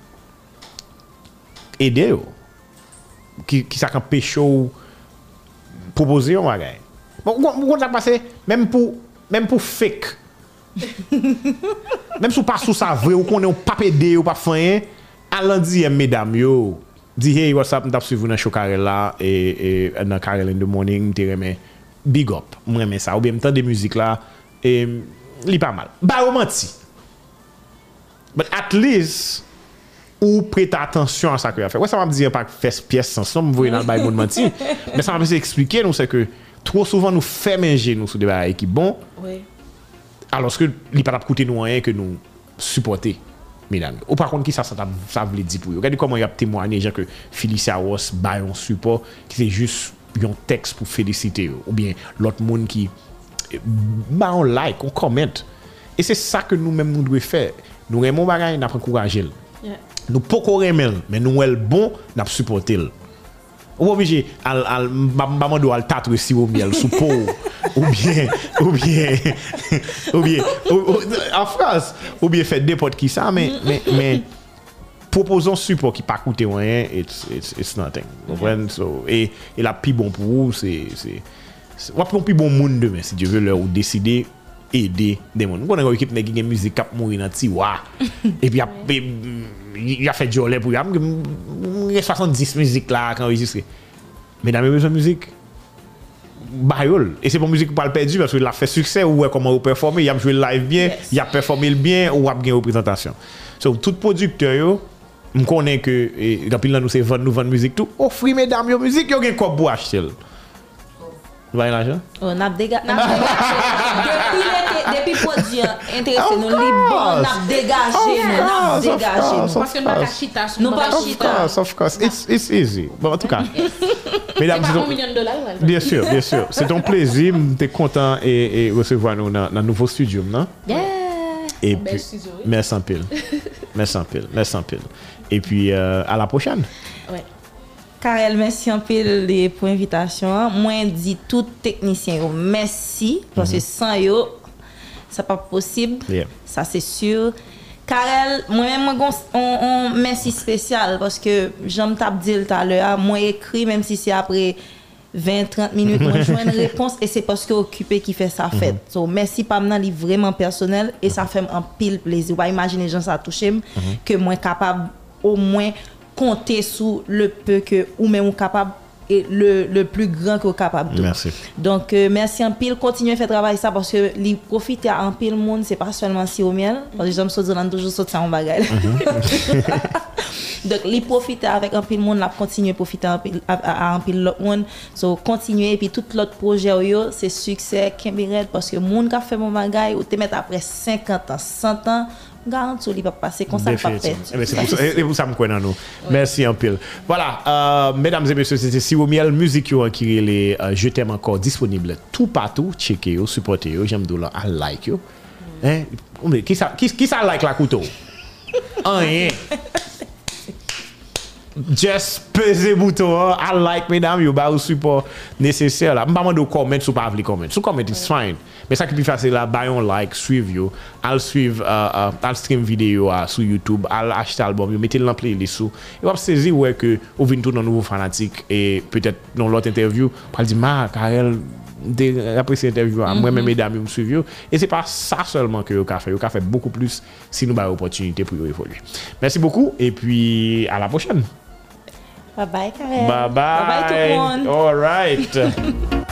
Aider yo qui qui ça quand pécho proposer un bagage. Bon on ça passer même pour même pour fake. Même si pas sous ça vrai ou qu'on est pas pédé ou pas fin à lundi mesdames yo dit hey what's up m't'a suivre dans show Karel là et et dans Karel in the morning t'es remet big up moi remet ça ou bien temps de musique là et li pas mal ba romantique but at least ou prête attention à ça que a fait ouais ça va me dire pas faire pièce sans somme vous dans le bail monde menti mais ça va me expliquer nous c'est que trop souvent nous fait manger nous sur des bails qui bon oui alors que li pas coûter nous rien que nous supporter mesdames. Ou par contre, qui ça, ça, ça veut dire pour vous? Regardez comment il y a témoigné, genre que Felicia Ross bat un support qui c'est juste un texte pour féliciter, ou bien l'autre monde qui bah on like, on commente. Et c'est ça que nous-mêmes nous devons faire. Nous aimons bagaille, nous encourager. Yeah. Nous pouvons aimer, mais nous sommes bon, nous supporter. Ou obligé al al mamando al tatouer si au miel sous peau ou bien ou bien ou bien en France ou bien faire n'importe qui ça mais mais mais proposons support qui pas coûter rien it's it's it's nothing. Vous comprenez? So et et la plus bon pour vous c'est c'est on va prendre plus bon monde demain si Dieu veut leur ou décider aider des monde. On a une équipe qui musique cap mourir dans tiwa et puis il a fait joler pour il y a soixante-dix musiques là quand enregistré. Mesdames et messieurs, musique bayol et c'est pour musique pas le perdu parce qu'il a fait succès ou comment vous performer, il a joué live bien, yes. Il a performé bien ou a gagné représentation. So tout producteur yo me connaît que et dans pile nous c'est vendre nous vendre musique tout. Offrir mesdames yo musique yo gen quoi pour acheter. Vous voyez l'argent? On a dégagé. Depuis le produit intéressé, nous libres, on a dégagé, on a dégagé. Parce que nous pas chita, nous pas chita. Of course, it's it's easy. Bon, en tout cas, mesdames, c'est un million de dollars. Bien sûr, bien sûr. C'est un plaisir, t'es content et, et recevoir nous dans le nouveau studio, non? Yeah. Et puis, merci en pile, merci en pile, merci en pile. Et puis euh, à la prochaine. Ouais. Karel, merci un peu pour l'invitation. Moi, je dis tout technicien, merci, parce que sans eux, ça n'est pas possible. Yeah. Ça, c'est sûr. Karel, moi-même, on merci spécial, parce que j'aime t'ab dit tout à l'heure, moi, écrit, même si c'est après vingt à trente minutes, moi, je vois une réponse, et c'est parce que occupé qui fait ça fait. Mm-hmm. So, merci, Pamna, il est vraiment personnel, et ça fait un pile plaisir. Vous imaginez, les gens, ça touche, mm-hmm. que moi, capable au moins compter sur le peu que ou même capable et le, le plus grand que capable. Merci. Donc euh, merci en pile, continuez à faire travailler ça parce que li profiter à en pile monde, c'est pas seulement si au miel parce que j'aime ça dire toujours sortir en bagage. Donc li profiter avec un pile monde, la continuer profiter à un pile l'autre monde. So continuer et puis tout l'autre projet yo c'est succès Kembired parce que monde qui fait mon bagage ou te mettre après cinquante ans, cent ans garantie il va passer comme ça pas fait. C'est pour ça me connais nous. Merci un peu. Voilà, euh, mesdames et messieurs, c'était Siwomiel musique qui est euh, je t'aime encore disponible tout partout, checker yo, supporter yo, j'aime dollar, I like yo. Hein? Qui ça qui, qui ça like la couteau? Rien. Just peser bouton, I like mesdames, yo ba ou support nécessaire là. M'pa mande comment sou pas vle comment. Sou comment is fine. Mais ça qui plus facile là, buy on like, suivre yo, al suivre uh, uh, al stream vidéo uh, sur YouTube, al acheter album, yo mettez le dans playlist sou. Et on saisir ouais que ou vinn tout dans nouveau fanatique et peut-être dans l'autre interview, pour dire ma Karel après cette interview, mm-hmm. moi même mesdames me suivre et c'est pas ça seulement que yo ka fait, yo ka fait beaucoup plus si nous ba opportunité pour yo évoluer. Merci beaucoup et puis à la prochaine. Bye bye, Karel. Bye bye. Bye bye tout le monde. All right.